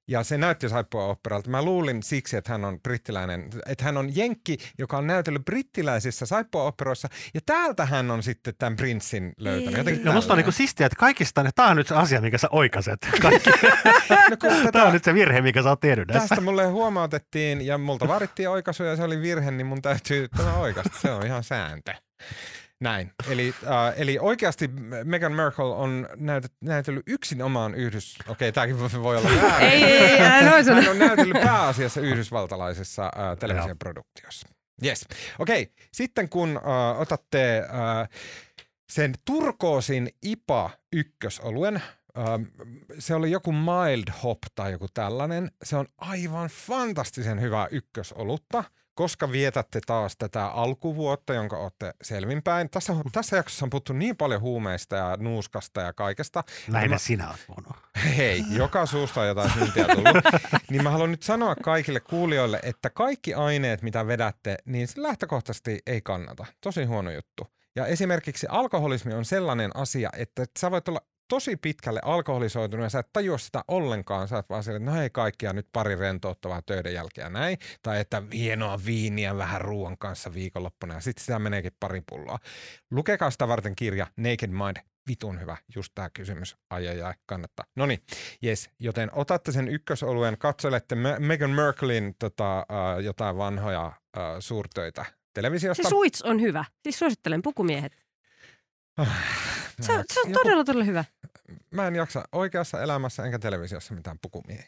Ja se näytti saippua-oopperalta. Mä luulin siksi, että hän on brittiläinen, että hän on jenkki, joka on näytellyt brittiläisissä saippua-oopperoissa. Ja täältä hän on sitten tämän prinssin löytänyt. Ja musta on niinku siistiä, että kaikista ne, tää on nyt se asia, mikä sä oikaiset. Kaikki. No, tätä, tää on nyt se virhe, mikä sä oot tehnyt näissä. Tästä mulle huomautettiin ja multa vaadittiin oikaisu ja se oli virhe, niin mun täytyy tämä oikaista. Se on ihan sääntö. Näin. Eli, äh, eli oikeasti Meghan Markle on näytet, näytellyt yksin omaan Yhdys... Okei, okay, tämäkin voi olla väärin. ei, ei, ei, hän on näytellyt pääasiassa yhdysvaltalaisessa äh, televisioproduktiossa. Yes. Okei, okay. Sitten kun äh, otatte äh, sen turkoosin I P A-ykkösoluen, äh, se oli joku mild hop tai joku tällainen. Se on aivan fantastisen hyvää ykkösolutta, koska vietätte taas tätä alkuvuotta, jonka olette selvinpäin. Tässä, tässä jaksossa on puhuttu niin paljon huumeista ja nuuskasta ja kaikesta. Lähinnä mä... sinä oot puhunut. Hei, joka suusta on jotain syntiä tullut. Niin mä haluan nyt sanoa kaikille kuulijoille, että kaikki aineet, mitä vedätte, niin se lähtökohtaisesti ei kannata. Tosi huono juttu. Ja esimerkiksi alkoholismi on sellainen asia, että sä voit olla tosi pitkälle alkoholisoitunut ja sä et tajua sitä ollenkaan. Sä oot vaan silleen, että no hei kaikkia nyt pari rentouttavaa töiden jälkeen näin. Tai että hienoa viiniä vähän ruoan kanssa viikonloppuna ja sitten sitä meneekin pari pulloa. Lukekaa sitä varten kirja Naked Mind. Vitun hyvä, just tää kysymys. Ai ai ai, kannattaa. Noniin, jes, joten otatte sen ykkösoluen, katselette Meghan Marklein tota, uh, jotain vanhoja uh, suurtöitä televisiosta. Se Suits on hyvä. Siis suosittelen Pukumiehet. Oh, se, se on joku... todella, todella hyvä. Mä en jaksa oikeassa elämässä enkä televisiossa mitään pukumiehiä.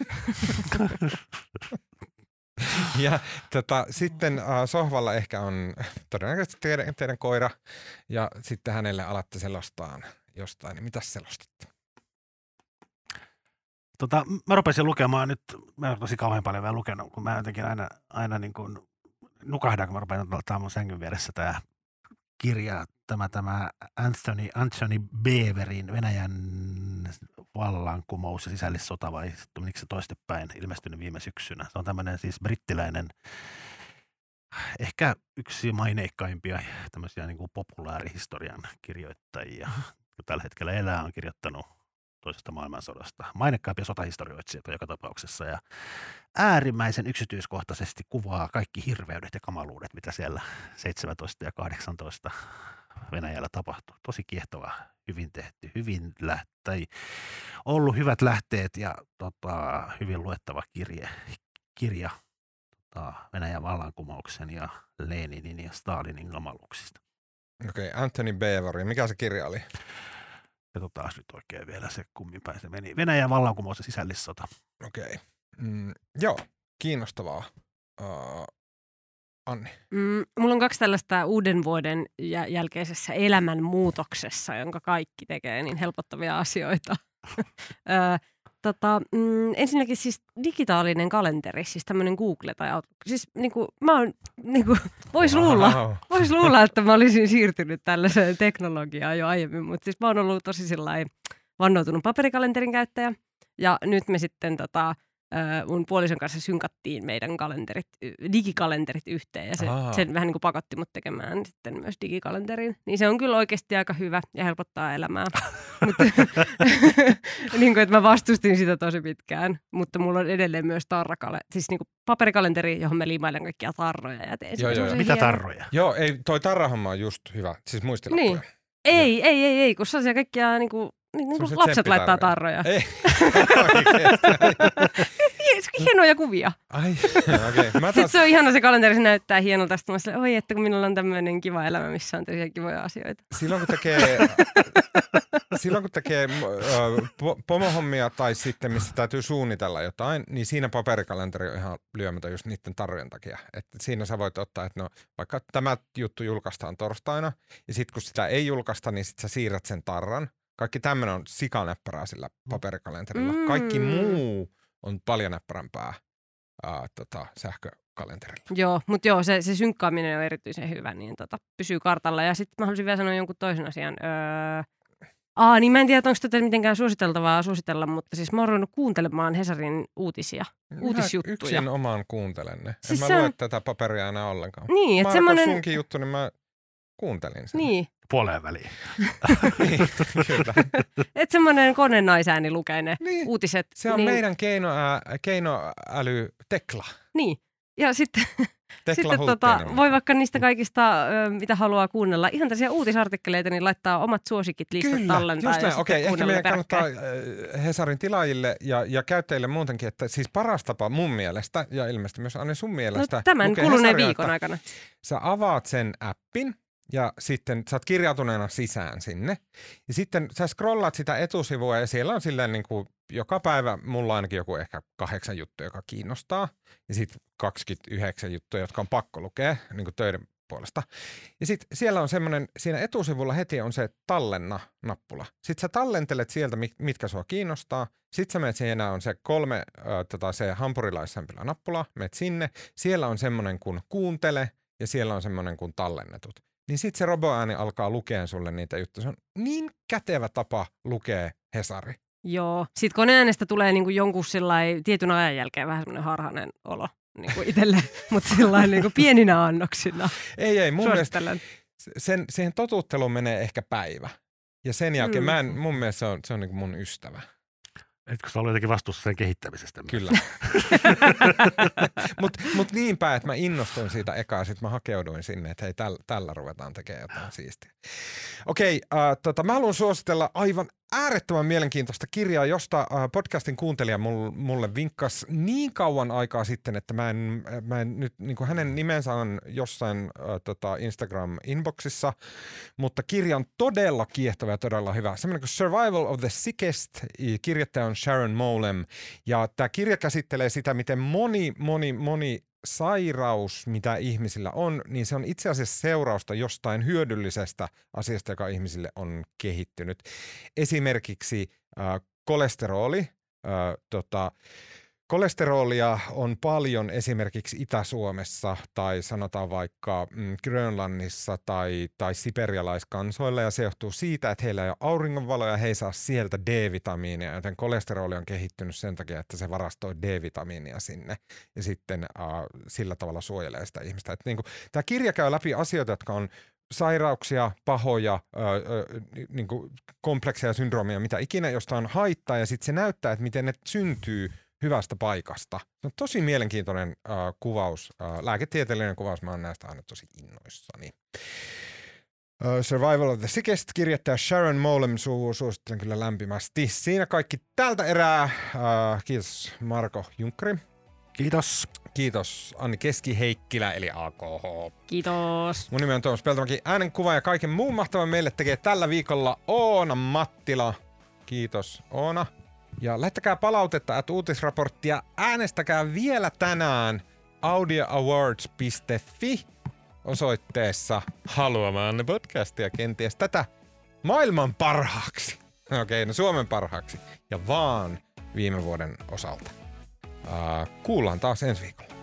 Ja tota, sitten äh, sohvalla ehkä on todennäköisesti teidän, teidän koira ja sitten hänelle alatte selostaan jostain. Niin mitäs selostatte? Tota, mä rupesin lukemaan nyt, mä en tosi kauhean paljon vielä lukenut, kun mä jotenkin aina, aina niin kuin nukahdan, kun mä rupean ottaa mun sängyn vieressä tää kirja, tämä, tämä Anthony, Anthony Beverin Venäjän vallankumous ja sisällissota, vai menikö se toistepäin, ilmestynyt viime syksynä. Se on tämmöinen siis brittiläinen, ehkä yksi maineikkaimpia tämmöisiä niin kuin populaarihistorian kirjoittajia, joka tällä hetkellä elää, on kirjoittanut toisesta maailmansodasta. Maineikkaimpia sotahistorioitsijoita joka tapauksessa ja äärimmäisen yksityiskohtaisesti kuvaa kaikki hirveydet ja kamaluudet, mitä siellä seitsemäntoista ja kahdeksantoista Venäjällä tapahtui. Tosi kiehtova, hyvin tehty, hyvin läht- tai ollut hyvät lähteet ja tota, hyvin luettava kirje, kirja tota, Venäjän vallankumouksen ja Leninin ja Stalinin kamaluuksista. Okei, okay, Anthony Beverin. Mikä se kirja oli? Katsotaan nyt oikein vielä se, kummin päin se meni. Venäjän vallankumous ja sisällissota. Okei. Okay. Mm, joo, kiinnostavaa. Uh, Anni. Mm, mulla on kaksi tällaista uuden vuoden jälkeisessä elämänmuutoksessa, jonka kaikki tekee niin helpottavia asioita. Tota, mm, ensinnäkin siis digitaalinen kalenteri, siis tämmöinen Google tai Outlook. Siis niinku, mä oon, niinku, vois luulla, wow. vois luulla, että mä olisin siirtynyt tällaiseen teknologiaan jo aiemmin, mutta siis mä oon ollut tosi sillain vannoutunut paperikalenterin käyttäjä. Ja nyt me sitten tota, mun puolison kanssa synkattiin meidän kalenterit, digikalenterit yhteen ja se, sen vähän niin kuin pakotti mut tekemään sitten myös digikalenterin. Niin se on kyllä oikeasti aika hyvä ja helpottaa elämää. Mutta niin kuin, että mä vastustin sitä tosi pitkään, mutta mulla on edelleen myös tarrakalenteri, siis niin kuin paperikalenteri, johon mä liimailen kaikkia tarroja ja teen joo, joo, joo. Mitä tarroja? Joo, ei, toi tarrahomma on just hyvä, siis muistilappuja. Niin. Ei, ei, ei, ei, kun sellaisia kaikkia niin kuin Niin, niin kuin lapset laittaa tarroja. Ei. Hienoja kuvia. Ai, okei. Okay. Sitten se on ihana se kalenteri, se näyttää hienolta. Sitten mä sanoin, oi, että kun minulla on tämmöinen kiva elämä, missä on tosiaan kivoja asioita. Silloin kun tekee, silloin, kun tekee uh, pomohommia tai sitten missä täytyy suunnitella jotain, niin siinä paperikalenteri on ihan lyömätön just niiden tarrojen takia. Et siinä sä voit ottaa, että no vaikka tämä juttu julkaistaan torstaina ja sitten kun sitä ei julkaista, niin sitten sä siirrät sen tarran. Kaikki tämmöinen on sikanäppärää sillä paperikalenterilla. Mm. Kaikki muu on paljon näppärämpää ää, tota, sähkökalenterilla. Joo, mutta joo, se, se synkkaaminen on erityisen hyvä, niin tota, pysyy kartalla. Ja sitten mä haluaisin vielä sanoa jonkun toisen asian. Öö, aa, niin mä en tiedä, onko tätä mitenkään suositeltavaa suositella, mutta siis mä oon ruvennut kuuntelemaan Hesarin uutisia, minä uutisjuttuja. Yksin omaan kuuntelen ne. Siis en mä lue on... tätä paperia enää ollenkaan. Niin, että semmoinen... sunkin juttu, niin mä kuuntelin sen. Niin. Puoleen väliin. Niin, kyllä. Et semmoinen konennaisääni lukee ne Niin. uutiset. Se on niin, meidän keinoä, keinoäly Tekla. Niin. Ja sitten, Tekla sitten Hulttinen tota, on. voi vaikka niistä kaikista, ö, mitä haluaa kuunnella, ihan tällaisia uutisartikkeleita, niin laittaa omat suosikit listat Kyllä, tallentaa. just näin. Ja Okei, ehkä kuunnella meidän kannattaa peräkkäin. äh, Hesarin tilaajille ja, ja käyttäjille muutenkin, että siis paras tapa mun mielestä, ja ilmeisesti myös Anne sun mielestä, No, tämän lukea kuluneen Hesaria, viikon että aikana. sä avaat sen appin, ja sitten sä oot kirjautuneena sisään sinne. Ja sitten sä scrollaat sitä etusivua ja siellä on silleen niin kuin joka päivä mulla ainakin joku ehkä kahdeksan juttuja, joka kiinnostaa. Ja sitten kaksikymmentäyhdeksän juttuja, jotka on pakko lukea niin kuin töiden puolesta. Ja sitten siellä on semmoinen, siinä etusivulla heti on se tallenna-nappula. Sitten sä tallentelet sieltä, mitkä sua kiinnostaa. Sitten sä menet siinä on se kolme, äh, tota, se hampurilaissämpylä nappula, menet sinne. Siellä on semmoinen kuin kuuntele ja siellä on semmoinen kuin tallennetut. Niin sitten se roboääni alkaa lukea sulle niitä juttuja. Se on niin kätevä tapa lukea Hesari. Joo. Sitten koneäänestä tulee niinku jonkun sillai, tietyn ajan jälkeen vähän semmoinen harhainen olo niinku itselle, mutta sillain niinku pieninä annoksina. Ei, ei. Mun mielestä Suosittelen. sen, siihen totutteluun menee ehkä päivä. Ja sen jälkeen Mm. mä en, mun mielestä se on, se on niin mun ystävä. Etkö sä ollut jotenkin vastuussa sen kehittämisestä? Myös? Kyllä. Mutta mut niinpä, että mä innostuin siitä ekaa ja sitten mä hakeuduin sinne, että hei, täl, tällä ruvetaan tekemään jotain siistiä. Okei, äh, tota, mä haluan suositella aivan äärettömän mielenkiintoista kirjaa, josta äh, podcastin kuuntelija mulle, mulle vinkkasi niin kauan aikaa sitten, että mä en, mä en nyt, niin kuin hänen nimensä on jossain äh, tota Instagram-inboxissa, mutta kirja on todella kiehtova ja todella hyvä. Semmoinen kuin Survival of the Sickest, kirjoittaja on Sharon Molem, ja tämä kirja käsittelee sitä, miten moni, moni, moni sairaus, mitä ihmisillä on, niin se on itse asiassa seurausta jostain hyödyllisestä asiasta, joka ihmisille on kehittynyt. Esimerkiksi äh, kolesteroli. Äh, tota, kolesterolia on paljon esimerkiksi Itä-Suomessa tai sanotaan vaikka mm, Grönlannissa tai, tai siperialaiskansoilla, ja se johtuu siitä, että heillä ei ole auringonvaloja ja he ei saa sieltä D-vitamiinia, joten kolesteroli on kehittynyt sen takia, että se varastoi D-vitamiinia sinne ja sitten äh, sillä tavalla suojelee sitä ihmistä. Niin tämä kirja käy läpi asioita, jotka on sairauksia, pahoja, öö, niin kuin komplekseja, syndroomia, mitä ikinä, josta on haittaa, ja sitten se näyttää, että miten ne syntyy hyvästä paikasta. Se on tosi mielenkiintoinen äh, kuvaus, äh, lääketieteellinen kuvaus, mä oon näistä aina tosi innoissani. Uh, Survival of the Sickest, kirjoittaja Sharon Molem, su- suosittelen kyllä lämpimästi. Siinä kaikki tältä erää. Uh, kiitos Marko Junkkari. Kiitos. Kiitos Anni Keski-Heikkilä eli A K H. Kiitos. Mun nimi on Tuomas Peltomäki. Äänenkuva ja kaiken muun mahtavan meille tekee tällä viikolla Oona Mattila. Kiitos Oona. Ja lähettäkää palautetta at uutisraporttia. Äänestäkää vielä tänään audioawards piste fi osoitteessa haluamaanne podcastia kenties tätä maailman parhaaksi. Okei, okay, no Suomen parhaaksi. Ja vaan viime vuoden osalta. Uh, kuullaan taas ensi viikolla.